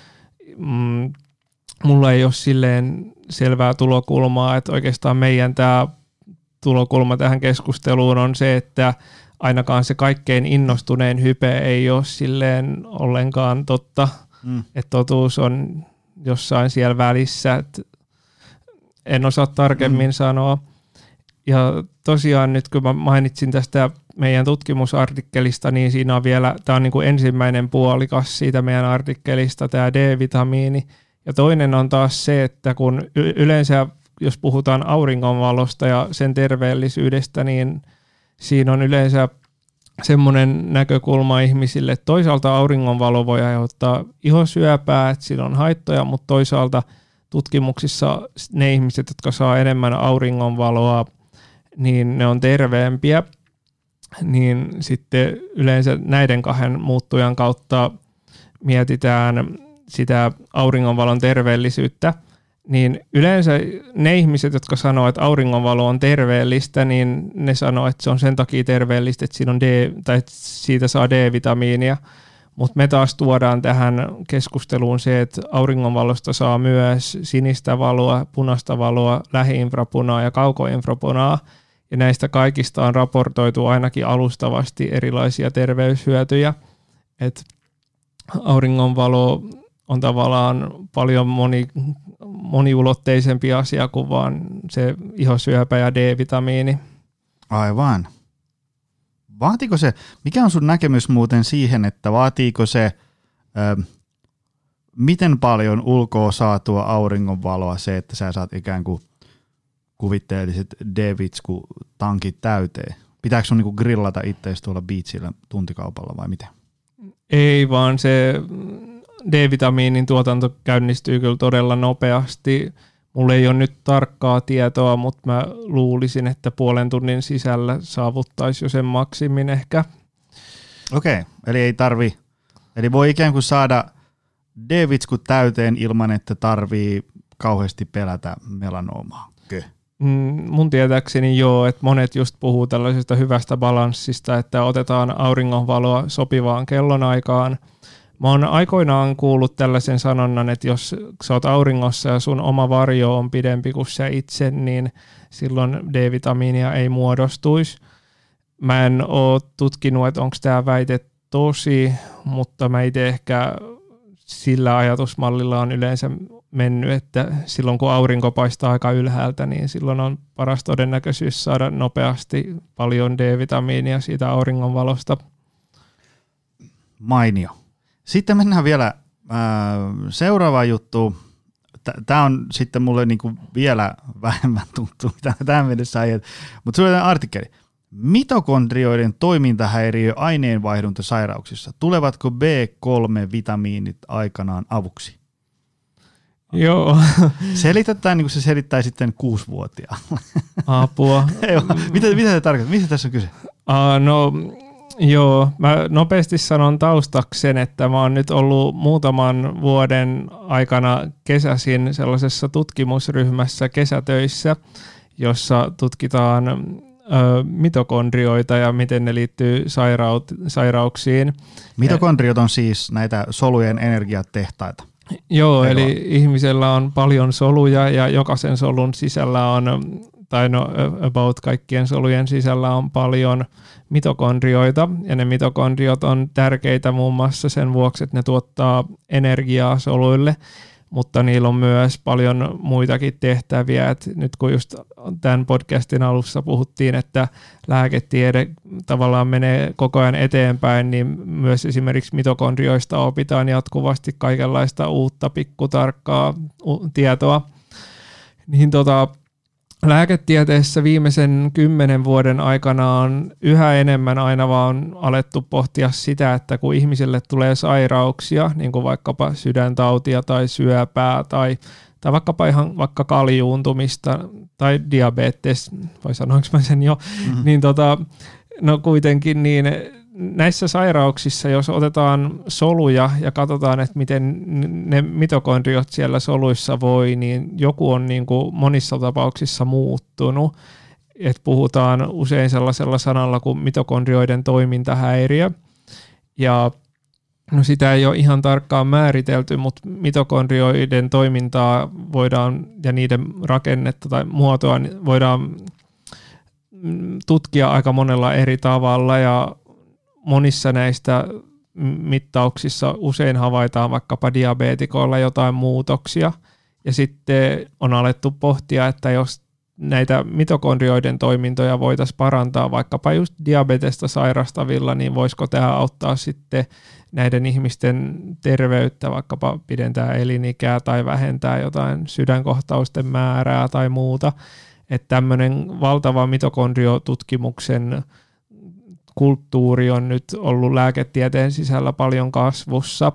Mulla ei ole silleen selvää tulokulmaa, että oikeastaan meidän tämä tulokulma tähän keskusteluun on se, että ainakaan se kaikkein innostunein hype ei ole silleen ollenkaan totta, että totuus on jossain siellä välissä, että en osaa tarkemmin sanoa. Ja tosiaan nyt kun mä mainitsin tästä meidän tutkimusartikkelista, niin siinä on vielä, tämä on niin kuin ensimmäinen puolikas siitä meidän artikkelista, tämä D-vitamiini. Ja toinen on taas se, että kun yleensä jos puhutaan auringonvalosta ja sen terveellisyydestä, niin siinä on yleensä semmoinen näkökulma ihmisille, että toisaalta auringonvalo voi aiheuttaa ihosyöpää, että sillä on haittoja, mutta toisaalta tutkimuksissa ne ihmiset, jotka saa enemmän auringonvaloa, niin ne on terveempiä, niin sitten yleensä näiden kahden muuttujan kautta mietitään sitä auringonvalon terveellisyyttä, niin yleensä ne ihmiset, jotka sanoo, että auringonvalo on terveellistä, niin ne sanoo, että se on sen takia terveellistä, että siinä on että siitä saa D-vitamiinia. Mutta me taas tuodaan tähän keskusteluun se, että auringonvalosta saa myös sinistä valoa, punaista valoa, lähi-infrapunaa ja kaukoinfrapunaa. Ja näistä kaikista on raportoitu ainakin alustavasti erilaisia terveyshyötyjä. Et auringonvalo on tavallaan paljon moniulotteisempi asia kuin vaan se ihosyöpä ja D-vitamiini. Aivan. Vaatiiko se, mikä on sun näkemys muuten siihen, että vaatiiko se, miten paljon ulkoa saatua auringonvaloa se, että sä saat ikään kuin kuvitteelliset D-vitsku-tankit täyteen? Pitääkö sun niinku grillata itseäsi tuolla beachillä tuntikaupalla vai miten? Ei, vaan se D-vitamiinin tuotanto käynnistyy kyllä todella nopeasti. Mulla ei ole nyt tarkkaa tietoa, mutta mä luulisin, että 0,5 tunnin sisällä saavuttaisi jo sen maksimin ehkä. Okei, eli ei tarvi, eli voi ikään kuin saada D-vitskut täyteen ilman, että tarvii kauheasti pelätä melanoomaa. Mun tietääkseni joo, että monet just puhuu tällaisesta hyvästä balanssista, että otetaan auringonvaloa sopivaan kellonaikaan. Mä oon aikoinaan kuullut tällaisen sanonnan, että jos sä oot auringossa ja sun oma varjo on pidempi kuin sä itse, niin silloin D-vitamiinia ei muodostuisi. Mä en oo tutkinut, että onko tämä väite tosi, mutta mä itse ehkä sillä ajatusmallilla on yleensä mennyt, että silloin kun aurinko paistaa aika ylhäältä, niin silloin on paras todennäköisyys saada nopeasti paljon D-vitamiinia siitä auringonvalosta. Mainio. Sitten mennään vielä seuraavaan juttuun. Tämä on sitten mulle niinku vielä vähemmän tuttu, mitä tähän mennessä ajat. Mutta sulla on artikkeli. Mitokondrioiden toimintahäiriö aineenvaihduntasairauksissa. Tulevatko B3-vitamiinit aikanaan avuksi? Joo. Selitetään niin kuin se selittää sitten 6-vuotiaalle. Apua. Mitä se tarkoittaa? Mistä tässä on kyse? No joo, mä nopeasti sanon taustaksen, että mä oon nyt ollut muutaman vuoden aikana kesäisin sellaisessa tutkimusryhmässä kesätöissä, jossa tutkitaan mitokondrioita ja miten ne liittyy sairauksiin. Mitokondriot on siis näitä solujen energiatehtaita. Joo, eli ihmisellä on paljon soluja ja jokaisen solun sisällä on, tai no about kaikkien solujen sisällä on paljon mitokondrioita, ja ne mitokondriot on tärkeitä muun muassa sen vuoksi, että ne tuottaa energiaa soluille, mutta niillä on myös paljon muitakin tehtäviä. Et nyt kun just tämän podcastin alussa puhuttiin, että lääketiede tavallaan menee koko ajan eteenpäin, niin myös esimerkiksi mitokondrioista opitaan jatkuvasti kaikenlaista uutta pikkutarkkaa tietoa. Niin lääketieteessä viimeisen 10 vuoden aikana on yhä enemmän aina vaan alettu pohtia sitä, että kun ihmiselle tulee sairauksia, niin kuin vaikkapa sydäntautia tai syöpää tai vaikka kaljuuntumista tai diabetes, vai sanoinko mä sen jo, niin no kuitenkin niin näissä sairauksissa, jos otetaan soluja ja katsotaan, että miten ne mitokondriot siellä soluissa voi, niin joku on niin kuin monissa tapauksissa muuttunut. Et puhutaan usein sellaisella sanalla kuin mitokondrioiden toimintahäiriö. Ja no sitä ei ole ihan tarkkaan määritelty, mutta mitokondrioiden toimintaa voidaan ja niiden rakennetta tai muotoa voidaan tutkia aika monella eri tavalla ja monissa näistä mittauksissa usein havaitaan vaikkapa diabeetikoilla jotain muutoksia ja sitten on alettu pohtia, että jos näitä mitokondrioiden toimintoja voitaisiin parantaa vaikkapa just diabetesta sairastavilla, niin voisiko tämä auttaa sitten näiden ihmisten terveyttä, vaikkapa pidentää elinikää tai vähentää jotain sydänkohtausten määrää tai muuta. Että tämmöinen valtava mitokondriotutkimuksen kulttuuri on nyt ollut lääketieteen sisällä paljon kasvussa.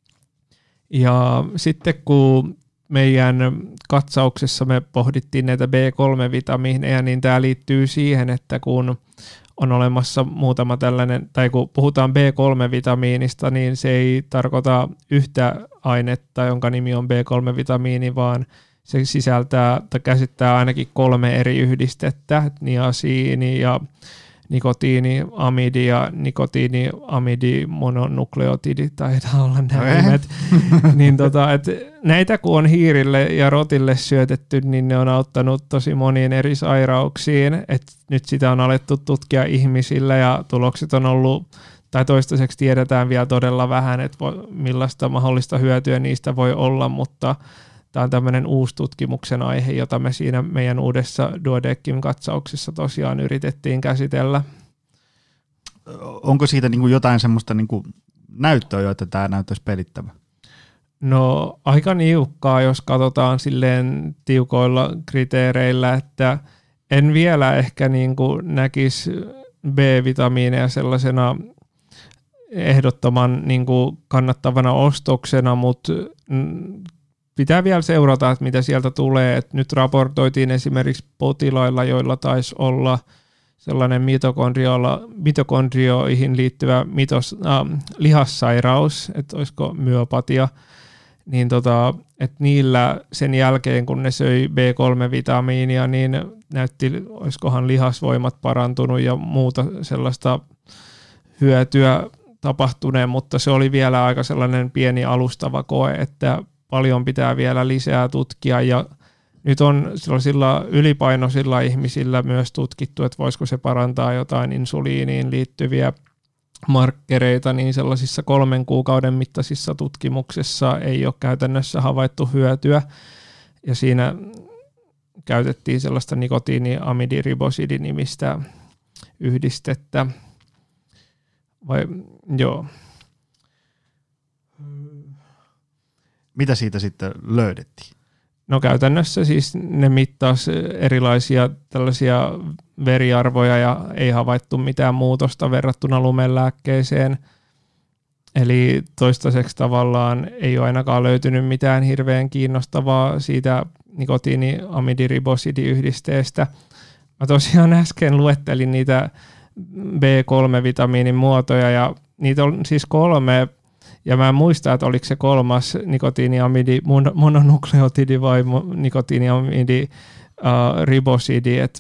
Ja sitten kun meidän katsauksessa me pohdittiin näitä B3-vitamiineja, niin tämä liittyy siihen, että kun on olemassa muutama tällainen, tai kun puhutaan B3-vitamiinista, niin se ei tarkoita yhtä ainetta, jonka nimi on B3-vitamiini, vaan se sisältää tai käsittää ainakin 3 eri yhdistettä, niasiini ja nikotiiniamidi ja nikotiiniamidimononukleotidi taitaa olla nämä nimet. Niin näitä kun on hiirille ja rotille syötetty, niin ne on auttanut tosi moniin eri sairauksiin. Et nyt sitä on alettu tutkia ihmisillä ja tulokset on ollut, tai toistaiseksi tiedetään vielä todella vähän, että millaista mahdollista hyötyä niistä voi olla, mutta tämä on tämmöinen uusi tutkimuksen aihe, jota me siinä meidän uudessa Duodeckim-katsauksessa tosiaan yritettiin käsitellä. Onko siitä niin kuin jotain semmoista niin kuin näyttöä jo, että tämä näyttäisi pelittävä? No aika niukkaa, jos katsotaan silleen tiukoilla kriteereillä, että en vielä ehkä niin kuin näkisi B-vitamiineja sellaisena ehdottoman niin kuin kannattavana ostoksena, mutta pitää vielä seurata, että mitä sieltä tulee. Et nyt raportoitiin esimerkiksi potilailla, joilla taisi olla sellainen mitokondrioihin liittyvä lihassairaus, että olisiko myopatia, niin että niillä sen jälkeen, kun ne söi B3-vitamiinia, niin näytti, olisikohan lihasvoimat parantunut ja muuta sellaista hyötyä tapahtuneen, mutta se oli vielä aika sellainen pieni alustava koe, että paljon pitää vielä lisää tutkia ja nyt on sellaisilla ylipainoisilla ihmisillä myös tutkittu, että voisiko se parantaa jotain insuliiniin liittyviä markkereita, niin sellaisissa 3 kuukauden mittaisissa tutkimuksissa ei ole käytännössä havaittu hyötyä ja siinä käytettiin sellaista nikotiiniamidiribosidi-nimistä yhdistettä. Joo. Mitä siitä sitten löydettiin? No käytännössä siis ne mittasi erilaisia tällaisia veriarvoja ja ei havaittu mitään muutosta verrattuna lumelääkkeeseen. Eli toistaiseksi tavallaan ei ole ainakaan löytynyt mitään hirveän kiinnostavaa siitä nikotiiniamidiribosidi-yhdisteestä. Mä tosiaan äsken luettelin niitä B3-vitamiinin muotoja ja niitä on siis 3. Ja mä en muista, että oliko se 3. nikotiiniamidi mononukleotidi vai nikotiiniamidi ribosidi, että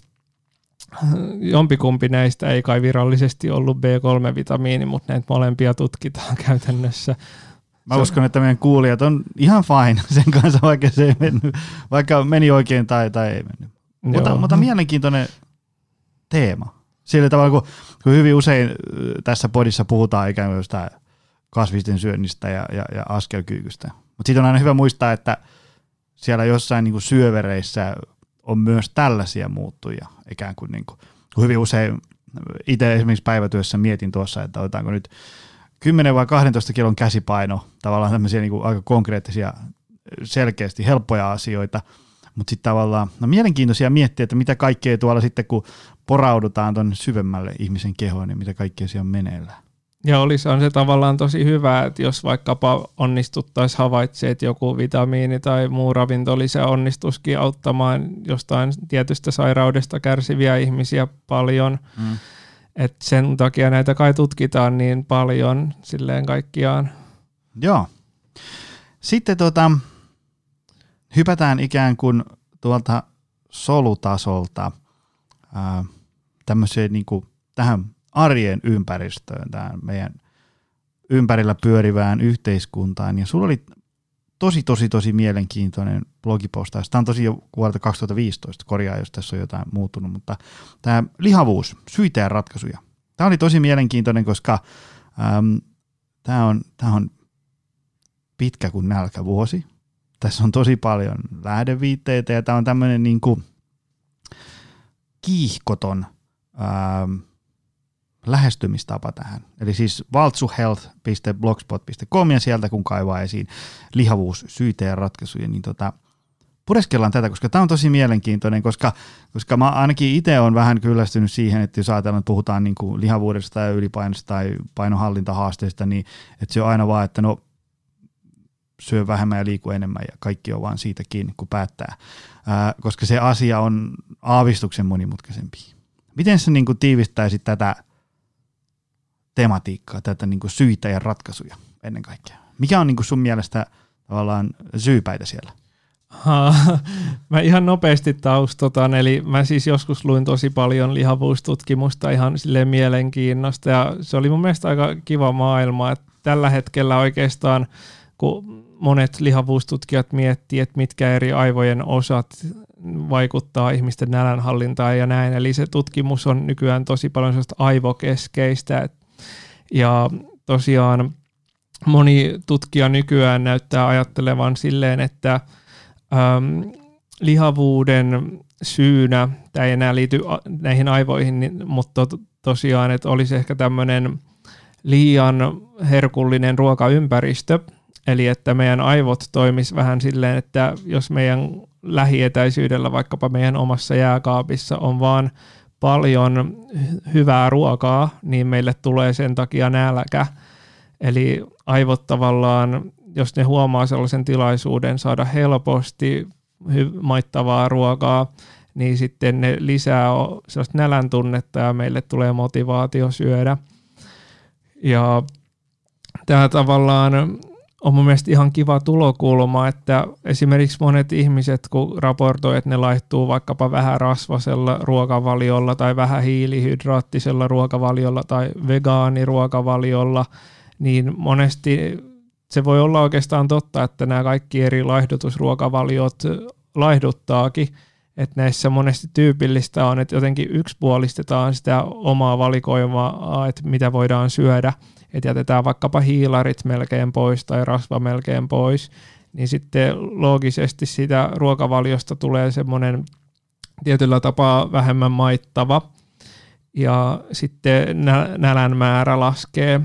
jompikumpi näistä ei kai virallisesti ollut B3-vitamiini, mutta näitä molempia tutkitaan käytännössä. Mä uskon, että meidän kuulijat on ihan fine sen kanssa, vaikka se ei mennyt, vaikka meni oikein tai ei mennyt. Mutta mielenkiintoinen teema. Sillä tavalla, kun hyvin usein tässä podissa puhutaan ikään kuin jostain kasvisten syönnistä ja askelkyykystä. Mutta siitä on aina hyvä muistaa, että siellä jossain niin kuin syövereissä on myös tällaisia muuttujia. Ikään kuin, kun hyvin usein itse esimerkiksi päivätyössä mietin tuossa, että otetaanko nyt 10 vai 12 kilon käsipaino, tavallaan tämmöisiä niin kuin aika konkreettisia, selkeästi helppoja asioita, mutta sitten tavallaan mielenkiintoisia miettiä, että mitä kaikkea tuolla sitten, kun poraudutaan tuonne syvemmälle ihmisen kehoon, niin mitä kaikkea siellä on meneillään. Ja on se tavallaan tosi hyvä, että jos vaikkapa onnistuttaisiin havaitsemaan, että joku vitamiini tai muu ravintolisä onnistuskin auttamaan jostain tietystä sairaudesta kärsiviä ihmisiä paljon. Et sen takia näitä kai tutkitaan niin paljon silleen kaikkiaan. Joo. Sitten hypätään ikään kuin tuolta solutasolta tämmöiseen niin kuin tähän arjen ympäristöön, tähän meidän ympärillä pyörivään yhteiskuntaan. Ja sulla oli tosi mielenkiintoinen blogipostaus. Tämä on tosi jo vuodelta 2015, korjaa jos tässä on jotain muuttunut, mutta tämä lihavuus, syitä ja ratkaisuja. Tämä oli tosi mielenkiintoinen, koska tämä on pitkä kuin nälkävuosi. Tässä on tosi paljon lähdeviitteitä ja tämä on tämmöinen niin kuin kiihkoton lähestymistapa tähän. Eli siis valtsuhealth.blogspot.com ja sieltä kun kaivaa esiin lihavuus, syitä ja ratkaisuja, niin pureskellaan tätä, koska tämä on tosi mielenkiintoinen, koska mä ainakin itse olen vähän kyllästynyt siihen, että jos ajatellaan, että puhutaan niin kuin lihavuudesta tai ylipainosta tai painohallintahaasteista, niin että se on aina vaan, että no syö vähemmän ja liiku enemmän ja kaikki on vaan siitä kiinni, kun päättää, koska se asia on aavistuksen monimutkaisempi. Miten sä niin kuin tiivistäisit tätä tematiikkaa, tätä niin kuin syitä ja ratkaisuja ennen kaikkea? Mikä on niin kuin sun mielestä tavallaan syypäitä siellä? Mä ihan nopeasti taustotan, eli mä siis joskus luin tosi paljon lihavuustutkimusta ihan silleen mielenkiinnosta, ja se oli mun mielestä aika kiva maailma, että tällä hetkellä oikeastaan, kun monet lihavuustutkijat miettii, että mitkä eri aivojen osat vaikuttaa ihmisten nälänhallintaan ja näin, eli se tutkimus on nykyään tosi paljon sellaista aivokeskeistä, ja tosiaan moni tutkija nykyään näyttää ajattelevan silleen, että lihavuuden syynä, tämä ei enää liity näihin aivoihin, mutta tosiaan, että olisi ehkä tämmöinen liian herkullinen ruokaympäristö, eli että meidän aivot toimis vähän silleen, että jos meidän lähietäisyydellä vaikkapa meidän omassa jääkaapissa on vaan paljon hyvää ruokaa, niin meille tulee sen takia nälkä. Eli aivot tavallaan, jos ne huomaa sellaisen tilaisuuden saada helposti maittavaa ruokaa, niin sitten ne lisää sellaista nälän tunnetta ja meille tulee motivaatio syödä. Ja tämä tavallaan on mun mielestä ihan kiva tulokulma, että esimerkiksi monet ihmiset, kun raportoi, että ne laihtuu vaikkapa vähän rasvasella ruokavaliolla tai vähän hiilihydraattisella ruokavaliolla tai vegaaniruokavaliolla, niin monesti se voi olla oikeastaan totta, että nämä kaikki eri laihdutusruokavaliot laihduttaakin, että näissä monesti tyypillistä on, että jotenkin yksipuolistetaan sitä omaa valikoimaa, että mitä voidaan syödä, että jätetään vaikkapa hiilarit melkein pois tai rasva melkein pois, niin sitten loogisesti sitä ruokavaliosta tulee semmoinen tietyllä tapaa vähemmän maittava, ja sitten nälän määrä laskee.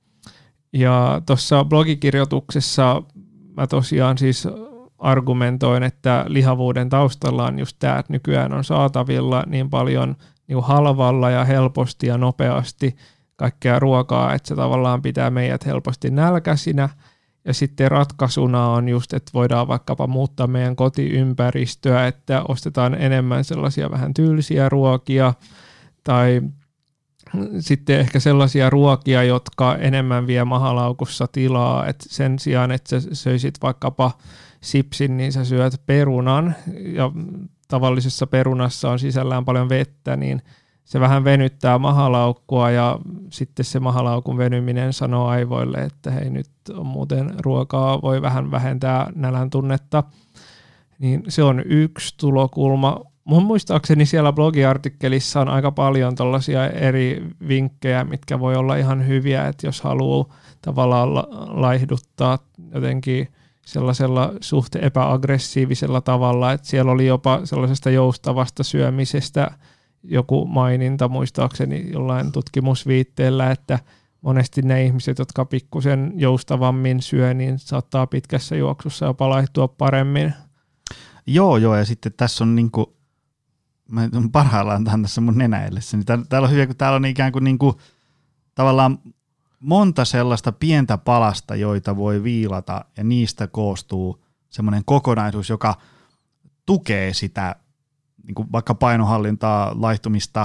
Ja tuossa blogikirjoituksessa mä tosiaan siis argumentoin, että lihavuuden taustalla on just tämä, että nykyään on saatavilla niin paljon niin halvalla ja helposti ja nopeasti kaikkea ruokaa, että se tavallaan pitää meidät helposti nälkäisinä. Ja sitten ratkaisuna on just, että voidaan vaikkapa muuttaa meidän kotiympäristöä, että ostetaan enemmän sellaisia vähän tylsiä ruokia tai sitten ehkä sellaisia ruokia, jotka enemmän vie mahalaukussa tilaa, että sen sijaan, että sä söisit vaikkapa sipsin, niin sä syöt perunan, ja tavallisessa perunassa on sisällään paljon vettä, niin se vähän venyttää mahalaukkua, ja sitten se mahalaukun venyminen sanoo aivoille, että hei, nyt on muuten ruokaa, voi vähän vähentää nälän tunnetta. Niin se on yksi tulokulma. Mun muistaakseni siellä blogiartikkelissa on aika paljon tällaisia eri vinkkejä, mitkä voi olla ihan hyviä, että jos haluaa tavallaan laihduttaa jotenkin sellaisella suht epäaggressiivisella tavalla, että siellä oli jopa sellaisesta joustavasta syömisestä joku maininta muistaakseni jollain tutkimusviitteellä, että monesti ne ihmiset, jotka pikkusen joustavammin syö, niin saattaa pitkässä juoksussa jopa laihtua paremmin. Joo, ja sitten tässä on niinku, mä parhaillaan tähän tässä mun nenä edessä, niin täällä on hyvä, kun täällä on ikään kuin niinku, tavallaan monta sellaista pientä palasta, joita voi viilata, ja niistä koostuu semmoinen kokonaisuus, joka tukee sitä niinku vaikka painonhallintaa, laihtumista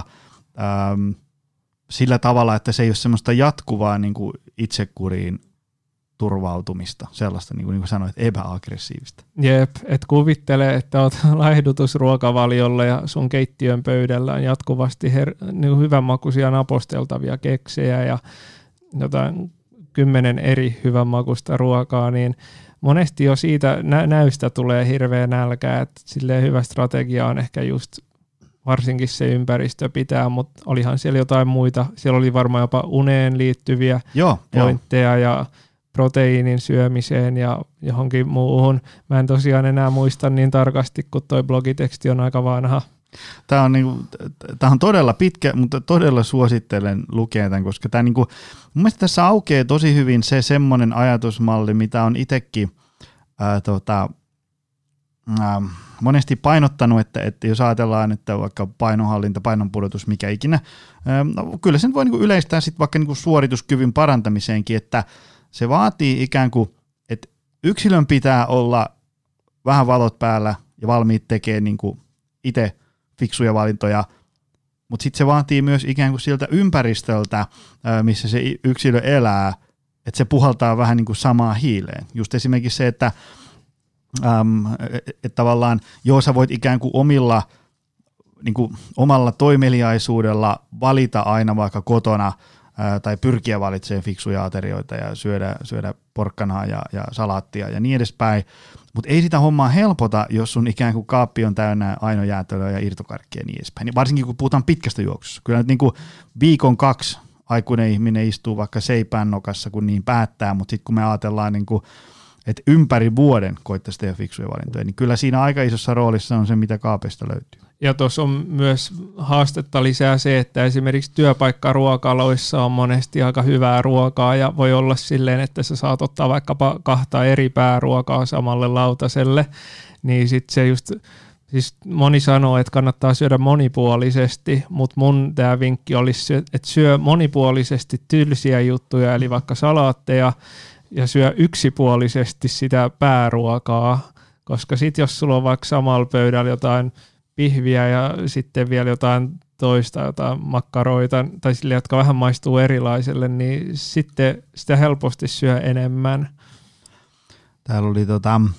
sillä tavalla, että se ei ole semmoista jatkuvaa niinku itsekuriin turvautumista, sellaista niin kuin sanoit, epäaggressiivista. Jep, että kuvittele, että olet laihdutusruokavaliolla ja sun keittiön pöydällä on jatkuvasti niin hyvänmakuisia naposteltavia keksejä ja jotain 10 eri hyvänmakuista ruokaa, niin monesti jo siitä näystä tulee hirveä nälkä, että silleen hyvä strategia on ehkä just varsinkin se ympäristö pitää, mutta olihan siellä jotain muita, siellä oli varmaan jopa uneen liittyviä pointteja ja proteiinin syömiseen ja johonkin muuhun. Mä en tosiaan enää muista niin tarkasti, kun toi blogiteksti on aika vanha. Tämä on todella pitkä, mutta todella suosittelen lukea tämän, koska tämä mun mielestä tässä aukeaa tosi hyvin se semmoinen ajatusmalli, mitä on itsekin monesti painottanut, että jos ajatellaan, että vaikka painonhallinta, painonpudotus, mikä ikinä, kyllä sen voi yleistää sitten vaikka suorituskyvyn parantamiseenkin, että se vaatii ikään kuin, että yksilön pitää olla vähän valot päällä ja valmiit tekemään itse fiksuja valintoja mutta sitten se vaatii myös ikään kuin siltä ympäristöltä, missä se yksilö elää, että se puhaltaa vähän niin kuin samaa hiileen. Just esimerkiksi se, että tavallaan sä voit ikään kuin omalla toimeliaisuudella valita aina vaikka kotona tai pyrkiä valitsemaan fiksuja aterioita ja syödä porkkanaa ja salaattia ja niin edespäin. Mutta ei sitä hommaa helpota, jos sun ikään kuin kaappi on täynnä ainojäätelöä ja irtokarkkia ja niin edespäin. Varsinkin kun puhutaan pitkästä juoksusta. Kyllä nyt niin kuin viikon 2 aikuinen ihminen istuu vaikka seipään nokassa, kun niin päättää, mutta sitten kun me ajatellaan, niin kuin, että ympäri vuoden koittaisi tehdä fiksuja valintoja, niin kyllä siinä aika isossa roolissa on se, mitä kaapeista löytyy. Ja tuossa on myös haastetta lisää se, että esimerkiksi työpaikkaruokaloissa on monesti aika hyvää ruokaa ja voi olla silleen, että sä saat ottaa vaikkapa 2 eri pääruokaa samalle lautaselle, niin sitten se just, siis moni sanoo, että kannattaa syödä monipuolisesti, mutta mun tämä vinkki olisi, että syö monipuolisesti tylsiä juttuja, eli vaikka salaatteja, ja syö yksipuolisesti sitä pääruokaa, koska sitten jos sulla on vaikka samalla pöydällä jotain pihviä ja sitten vielä jotain toista, jotain makkaroita, tai sille, jotka vähän maistuu erilaiselle, niin sitten sitä helposti syö enemmän. Täällä oli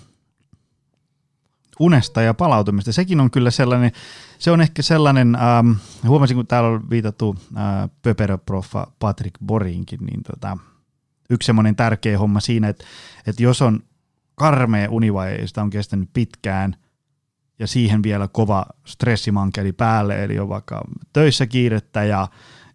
unesta ja palautumista. Sekin on kyllä sellainen, se on ehkä sellainen, huomasin kun täällä on viitattu pöperöproffa Patrick Borinkin, niin yksi semmoinen tärkeä homma siinä, että jos on karmea univaihe, sitä on kestänyt pitkään, ja siihen vielä kova stressimankeli päälle, eli on vaikka töissä kiirettä ja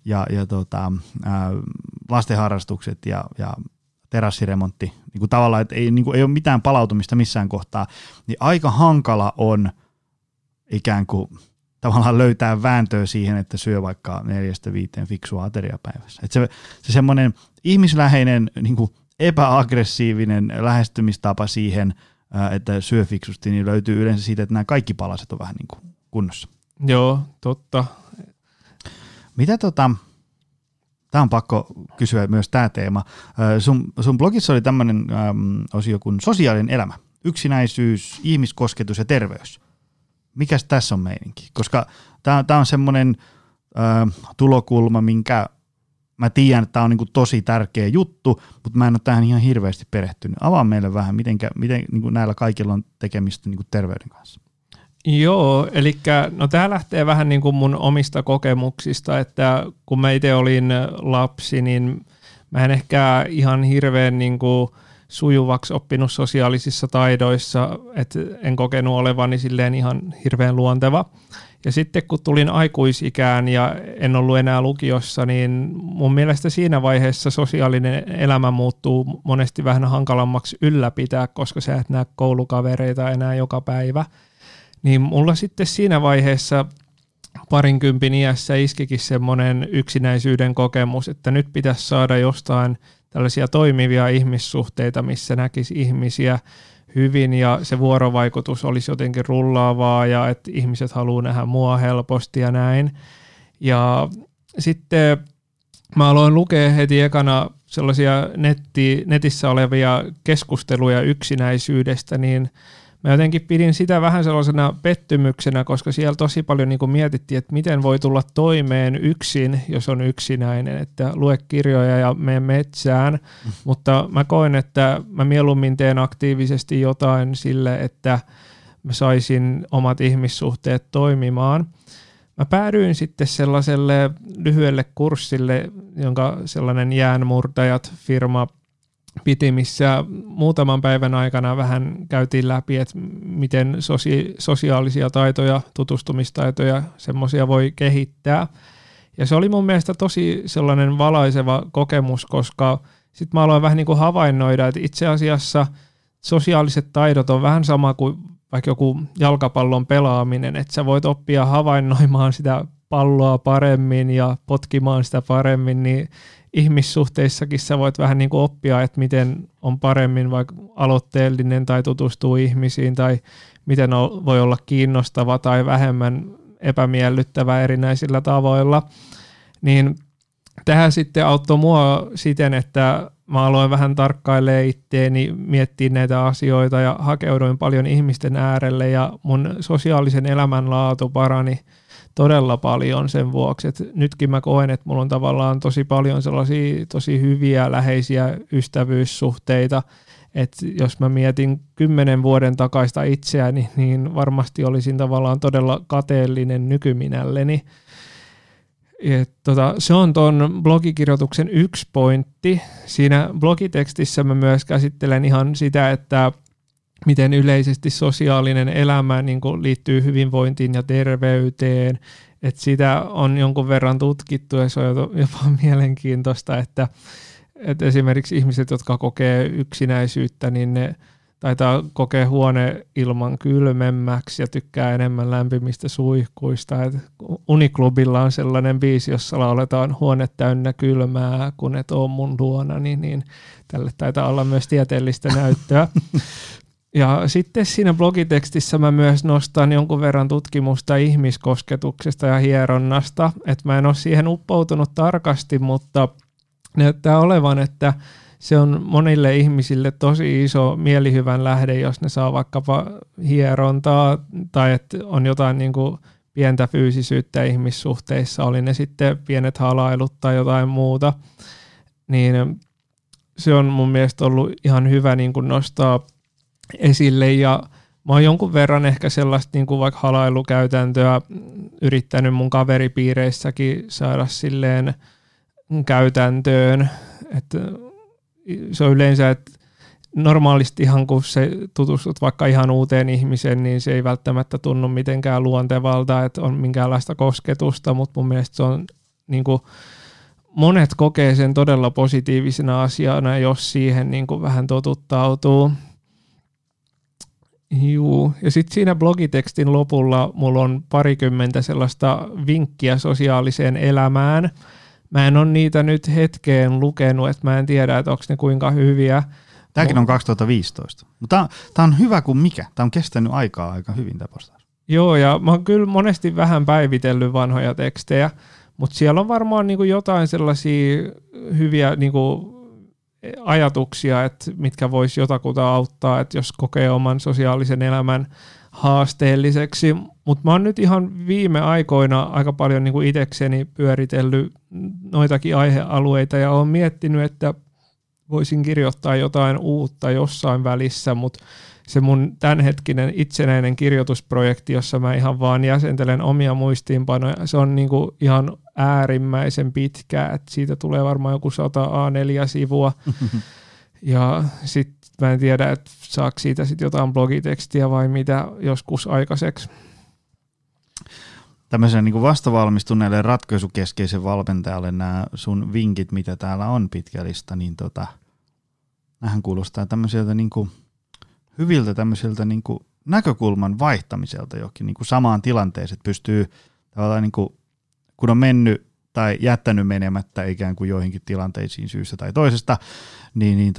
lastenharrastukset ja terassiremontti, niin kuin tavallaan, että ei ole mitään palautumista missään kohtaa, niin aika hankala on ikään kuin tavallaan löytää vääntöä siihen, että syö vaikka 4-5 fiksua ateriaa päivässä. Että se semmoinen ihmisläheinen, niin kuin epäaggressiivinen lähestymistapa siihen, että syö fiksusti, niin löytyy yleensä siitä, että nämä kaikki palaset on vähän niin kuin kunnossa. Joo, totta. Mitä tämä on pakko kysyä myös tämä teema. Sun blogissa oli tämmöinen osio kuin sosiaalinen elämä, yksinäisyys, ihmiskosketus ja terveys. Mikäs tässä on meininki? Koska tämä on semmoinen tulokulma, minkä mä tiedän, että tämä on niinku tosi tärkeä juttu, mutta mä en ole tähän ihan hirveästi perehtynyt. Avaa meille vähän, miten niinku näillä kaikilla on tekemistä niinku terveyden kanssa. Joo, eli no tämä lähtee vähän niin kuin mun omista kokemuksista, että kun mä itse olin lapsi, niin mä en ehkä ihan hirveän niin kuin sujuvaksi oppinut sosiaalisissa taidoissa, että en kokenut olevani silleen ihan hirveän luonteva. Ja sitten kun tulin aikuisikään ja en ollut enää lukiossa, niin mun mielestä siinä vaiheessa sosiaalinen elämä muuttuu monesti vähän hankalammaksi ylläpitää, koska sä et näe koulukavereita enää joka päivä. Niin mulla sitten siinä vaiheessa 20 iässä iskikin semmoinen yksinäisyyden kokemus, että nyt pitäisi saada jostain tällaisia toimivia ihmissuhteita, missä näkisi ihmisiä hyvin ja se vuorovaikutus olisi jotenkin rullaavaa ja että ihmiset haluaa nähdä mua helposti ja näin. Ja sitten mä aloin lukea heti ekana sellaisia netissä olevia keskusteluja yksinäisyydestä, niin mä jotenkin pidin sitä vähän sellaisena pettymyksenä, koska siellä tosi paljon niin kuin mietittiin, että miten voi tulla toimeen yksin, jos on yksinäinen, että lue kirjoja ja mene metsään, mutta mä koen, että mä mieluummin teen aktiivisesti jotain sille, että mä saisin omat ihmissuhteet toimimaan. Mä päädyin sitten sellaiselle lyhyelle kurssille, jonka sellainen jäänmurtajat-firma piti, missä muutaman päivän aikana vähän käytiin läpi, että miten sosiaalisia taitoja, tutustumistaitoja, semmoisia voi kehittää. Ja se oli mun mielestä tosi sellainen valaiseva kokemus, koska sitten mä aloin vähän niin kuin havainnoida, että itse asiassa sosiaaliset taidot on vähän sama kuin vaikka joku jalkapallon pelaaminen, että sä voit oppia havainnoimaan sitä palloa paremmin ja potkimaan sitä paremmin, niin ihmissuhteissakin sä voit vähän niin kuin oppia, että miten on paremmin vaikka aloitteellinen tai tutustuu ihmisiin tai miten voi olla kiinnostava tai vähemmän epämiellyttävä erinäisillä tavoilla. Niin tähän sitten auttoi mua siten, että mä aloin vähän tarkkailemaan itteeni, miettiä näitä asioita ja hakeuduin paljon ihmisten äärelle ja mun sosiaalisen elämän laatu parani todella paljon sen vuoksi, että nytkin mä koen, että mulla on tavallaan tosi paljon sellaisia tosi hyviä läheisiä ystävyyssuhteita, että jos mä mietin 10 vuoden takaista itseäni, niin varmasti olisin tavallaan todella kateellinen nykyminälleni. Se on tuon blogikirjoituksen yksi pointti. Siinä blogitekstissä mä myös käsittelen ihan sitä, että miten yleisesti sosiaalinen elämä niin kuin liittyy hyvinvointiin ja terveyteen. Että sitä on jonkun verran tutkittu ja se on jopa mielenkiintoista, että esimerkiksi ihmiset, jotka kokee yksinäisyyttä, niin ne taitaa kokea huoneilman kylmemmäksi ja tykkää enemmän lämpimistä suihkuista. Et Uniklubilla on sellainen biisi, jossa lauletaan huone täynnä kylmää, kun et ole mun luona, niin tälle taitaa olla myös tieteellistä näyttöä. Ja sitten siinä blogitekstissä mä myös nostan jonkun verran tutkimusta ihmiskosketuksesta ja hieronnasta. Et mä en ole siihen uppoutunut tarkasti, mutta näyttää olevan, että se on monille ihmisille tosi iso mielihyvän lähde, jos ne saa vaikkapa hierontaa tai että on jotain niin kuin pientä fyysisyyttä ihmissuhteissa, oli ne sitten pienet halailut tai jotain muuta, niin se on mun mielestä ollut ihan hyvä niin kuin nostaa esille ja mä oon jonkun verran ehkä sellaista niin kuin vaikka halailukäytäntöä yrittänyt mun kaveripiireissäkin saada silleen käytäntöön, että se on yleensä, että normaalisti ihan kun se tutustut vaikka ihan uuteen ihmiseen, niin se ei välttämättä tunnu mitenkään luontevalta, että on minkäänlaista kosketusta, mutta mun mielestä se on niin kuin, monet kokee sen todella positiivisena asiana, jos siihen niin kuin vähän totuttautuu. Juu. Ja sitten siinä blogitekstin lopulla mulla on 20 sellaista vinkkiä sosiaaliseen elämään. Mä en ole niitä nyt hetkeen lukenut, että mä en tiedä, että onko ne kuinka hyviä. Tämäkin on 2015. Mutta tämä on hyvä kuin mikä. Tämä on kestänyt aikaa aika hyvin tämä postaus. Joo, ja mä oon kyllä monesti vähän päivitellyt vanhoja tekstejä, mutta siellä on varmaan niinku jotain sellaisia hyviä niinku ajatuksia, että mitkä vois jotakuta auttaa, että jos kokee oman sosiaalisen elämän haasteelliseksi. Mutta mä oon nyt ihan viime aikoina aika paljon niinku itekseni pyöritellyt noitakin aihealueita ja oon miettinyt, että voisin kirjoittaa jotain uutta jossain välissä, mutta se mun tämänhetkinen itsenäinen kirjoitusprojekti, jossa mä ihan vaan jäsentelen omia muistiinpanoja, se on niinku ihan äärimmäisen pitkä, että siitä tulee varmaan joku 100 A4-sivua. Ja sitten mä en tiedä, että saako siitä sitten jotain blogitekstiä vai mitä joskus aikaiseksi. Tämmöisen niin kuin vastavalmistuneelle ratkaisukeskeisen valmentajalle nämä sun vinkit, mitä täällä on pitkä lista, niin nämähän kuulostaa tämmöiseltä niin kuin hyviltä tämmöiseltä niin kuin näkökulman vaihtamiselta johonkin niin kuin samaan tilanteeseen, että pystyy tavallaan niin kuin, kun on mennyt tai jättänyt menemättä ikään kuin joihinkin tilanteisiin syystä tai toisesta, niin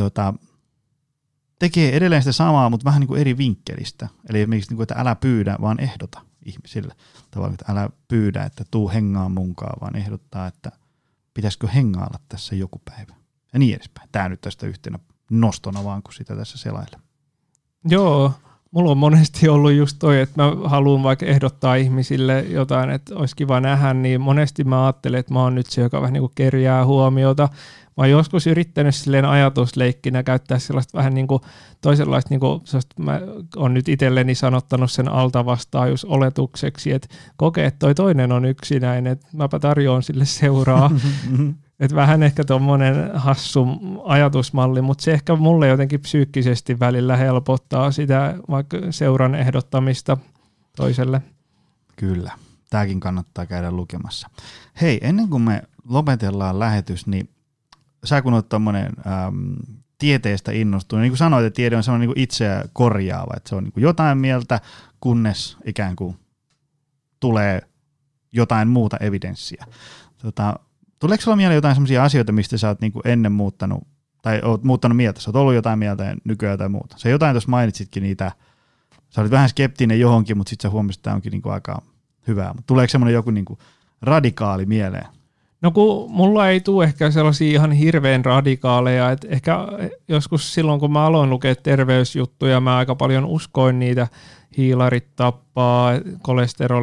tekee edelleen sitä samaa, mutta vähän niin kuin eri vinkkelistä. Eli esimerkiksi, niin kuin, että älä pyydä, vaan ehdota ihmisille. Tavallaan, että älä pyydä, että tuu hengaan munkaan, vaan ehdottaa, että pitäisikö hengailla tässä joku päivä. Ja niin edespäin. Tämä nyt tästä yhtenä nostona vaan, kun sitä tässä selailee. Joo, mulla on monesti ollut just toi, että mä haluan vaikka ehdottaa ihmisille jotain, että olisi kiva nähdä, niin monesti mä ajattelen, että mä oon nyt se, joka vähän niin kuin kerjää huomiota. Mä oon joskus yrittänyt silleen ajatusleikkinä käyttää sellaista vähän niin kuin toisenlaista, niin kuin, mä oon nyt itselleni sanottanut sen altavastaajuusoletukseksi, että kokee, että toi toinen on yksinäinen, että mäpä tarjoan sille seuraa. Että vähän ehkä tommonen hassu ajatusmalli, mutta se ehkä mulle jotenkin psyykkisesti välillä helpottaa sitä vaikka seuran ehdottamista toiselle. Kyllä, tämäkin kannattaa käydä lukemassa. Hei, ennen kuin me lopetellaan lähetys, niin sä kun olet tommonen tieteestä innostunut, niin kuin sanoit, että tiede on semmoinen niin kuin itseä korjaava, että se on niin kuin jotain mieltä, kunnes ikään kuin tulee jotain muuta evidenssiä. Tuleeko sulla mieleen jotain sellaisia asioita, mistä sä oot niinku ennen muuttanut, tai oot muuttanut mieltä, sä oot ollut jotain mieltä ja nykyään jotain muuta? Sä jotain tuossa mainitsitkin niitä, sä olit vähän skeptinen johonkin, mutta sitten sä huomasit, että tämä onkin niinku aika hyvää. Mutta tuleeko semmoinen joku niinku radikaali mieleen? No kun mulla ei tule ehkä sellaisia ihan hirveän radikaaleja, että ehkä joskus silloin kun mä aloin lukea terveysjuttuja, mä aika paljon uskoin niitä, hiilarit tappaa, kolesteroli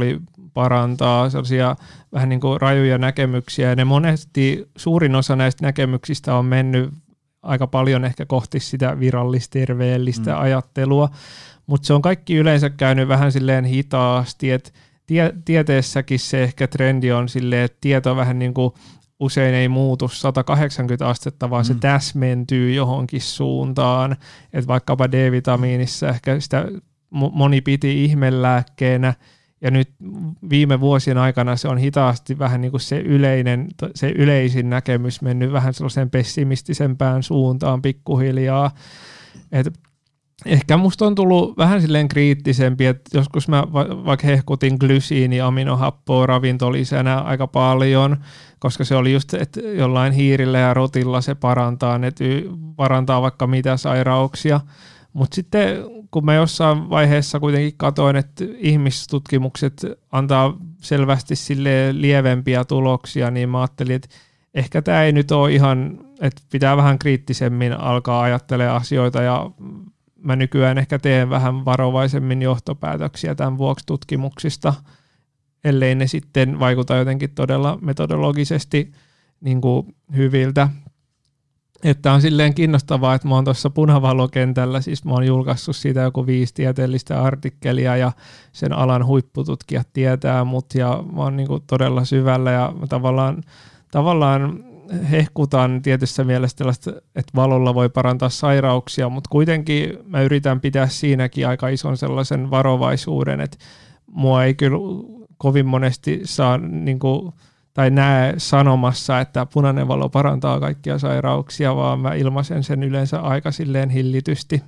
parantaa sellaisia vähän niin kuin rajuja näkemyksiä. Ja ne monesti, suurin osa näistä näkemyksistä on mennyt aika paljon ehkä kohti sitä virallisterveellistä ajattelua, mutta se on kaikki yleensä käynyt vähän silleen hitaasti, että tieteessäkin se ehkä trendi on silleen, että tieto vähän niin kuin usein ei muutu 180 astetta, vaan se täsmentyy johonkin suuntaan. Että vaikkapa D-vitamiinissa ehkä sitä moni piti ihmelääkkeenä, ja nyt viime vuosien aikana se on hitaasti vähän niin kuin se yleisin näkemys mennyt vähän sellaiseen pessimistisempään suuntaan pikkuhiljaa. Et ehkä musta on tullut vähän silleen kriittisempi, että joskus mä vaikka hehkutin glysiiniaminohappoa ravintolisänä aika paljon, koska se oli just, että jollain hiirillä ja rotilla se parantaa vaikka mitä sairauksia. Mutta sitten kun mä jossain vaiheessa kuitenkin katsoin, että ihmistutkimukset antaa selvästi sille lievempiä tuloksia, niin mä ajattelin, että ehkä tämä ei nyt ole ihan, että pitää vähän kriittisemmin alkaa ajattelemaan asioita, ja mä nykyään ehkä teen vähän varovaisemmin johtopäätöksiä tämän vuoksi tutkimuksista, ellei ne sitten vaikuta jotenkin todella metodologisesti niin kuin hyviltä. Että on silleen kiinnostavaa, että mä oon tuossa punavalokentällä, siis mä oon julkaissut siitä joku 5 tieteellistä artikkelia ja sen alan huippututkijat tietää mut ja mä oon niinku todella syvällä ja mä tavallaan hehkutan tietyssä mielessä tällaista, että valolla voi parantaa sairauksia, mutta kuitenkin mä yritän pitää siinäkin aika ison sellaisen varovaisuuden, että mua ei kyllä kovin monesti saa niinku tai näe sanomassa, että punainen valo parantaa kaikkia sairauksia, vaan mä ilmaisen sen yleensä aika silleen hillitysti.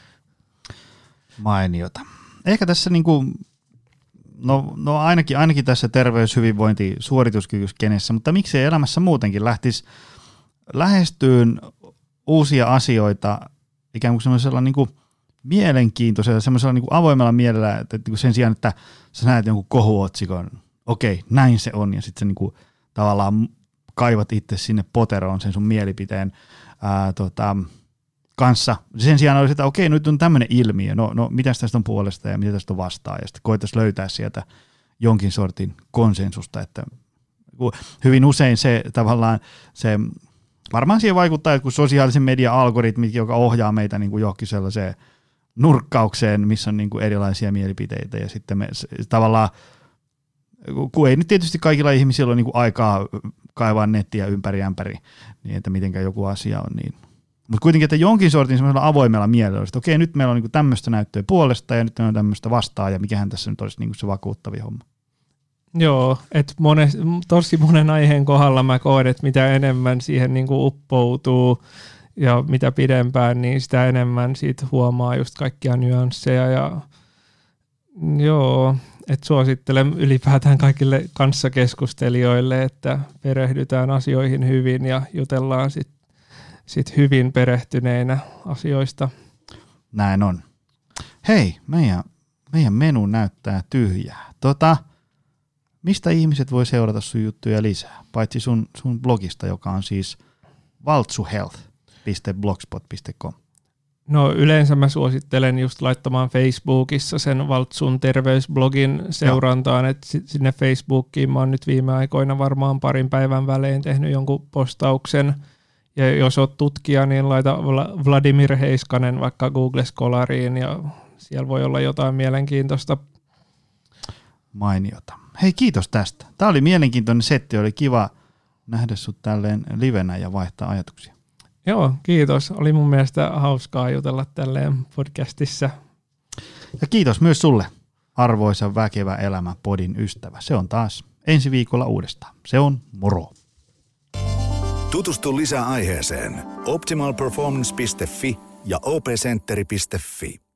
Mainiota. Ehkä tässä niinku, no ainakin tässä terveys-, hyvinvointi-, suorituskykyiskenessä, mutta miksei elämässä muutenkin lähtisi lähestyyn uusia asioita ikään kuin semmoisella niinku mielenkiintoisella, semmoisella niinku avoimella mielellä, että sen sijaan, että sä näet jonkun kohuotsikon, okei, näin se on, ja sitten sä niinku tavallaan kaivat itse sinne poteroon sen sun mielipiteen kanssa. Sen sijaan olisi, että okei, nyt on tämmöinen ilmiö, no mitäs tästä on puolesta ja mitä tästä on vastaan, ja sitten koettaisiin löytää sieltä jonkin sortin konsensusta, että hyvin usein se tavallaan, se varmaan siihen vaikuttaa jotkut sosiaalisen median algoritmit, joka ohjaa meitä niin kuin johonkin sellaiseen nurkkaukseen, missä on niin kuin erilaisia mielipiteitä, ja sitten me tavallaan, kun ei nyt tietysti kaikilla ihmisillä ole niin kuin aikaa kaivaa nettiä ympäri ämpäri, niin että mitenkä joku asia on niin. Mutta kuitenkin, että jonkin sortin semmoisella avoimella mielellä, että okei, nyt meillä on niin tämmöistä näyttöä puolesta ja nyt meillä on tämmöistä vastaan, ja mikähän tässä nyt olisi niin se vakuuttavia homma. Joo, että tosi monen aiheen kohdalla mä koen, että mitä enemmän siihen niin kuin uppoutuu ja mitä pidempään, niin sitä enemmän siitä huomaa just kaikkia nyansseja. Ja joo, että suosittelen ylipäätään kaikille kanssakeskustelijoille, että perehdytään asioihin hyvin ja jutellaan sit hyvin perehtyneinä asioista. Näin on. Hei, meidän menu näyttää tyhjää. Mistä ihmiset voi seurata sun juttuja lisää? Paitsi sun blogista, joka on siis valtsuhealth.blogspot.com. No yleensä mä suosittelen just laittamaan Facebookissa sen Valtsun terveysblogin seurantaan, että sinne Facebookiin mä oon nyt viime aikoina varmaan parin päivän välein tehnyt jonkun postauksen. Ja jos oot tutkija, niin laita Vladimir Heiskanen vaikka Google Scholariin ja siellä voi olla jotain mielenkiintoista. Mainiota. Hei, kiitos tästä. Tämä oli mielenkiintoinen setti, oli kiva nähdä sut tälleen livenä ja vaihtaa ajatuksia. Joo, kiitos. Oli mun mielestä hauskaa jutella tälleen podcastissa. Ja kiitos myös sulle, arvoisa Väkevä elämä podin ystävä. Se on taas ensi viikolla uudestaan. Se on moro. Tutustu lisää aiheeseen optimalperformance.fi ja opcenteri.fi.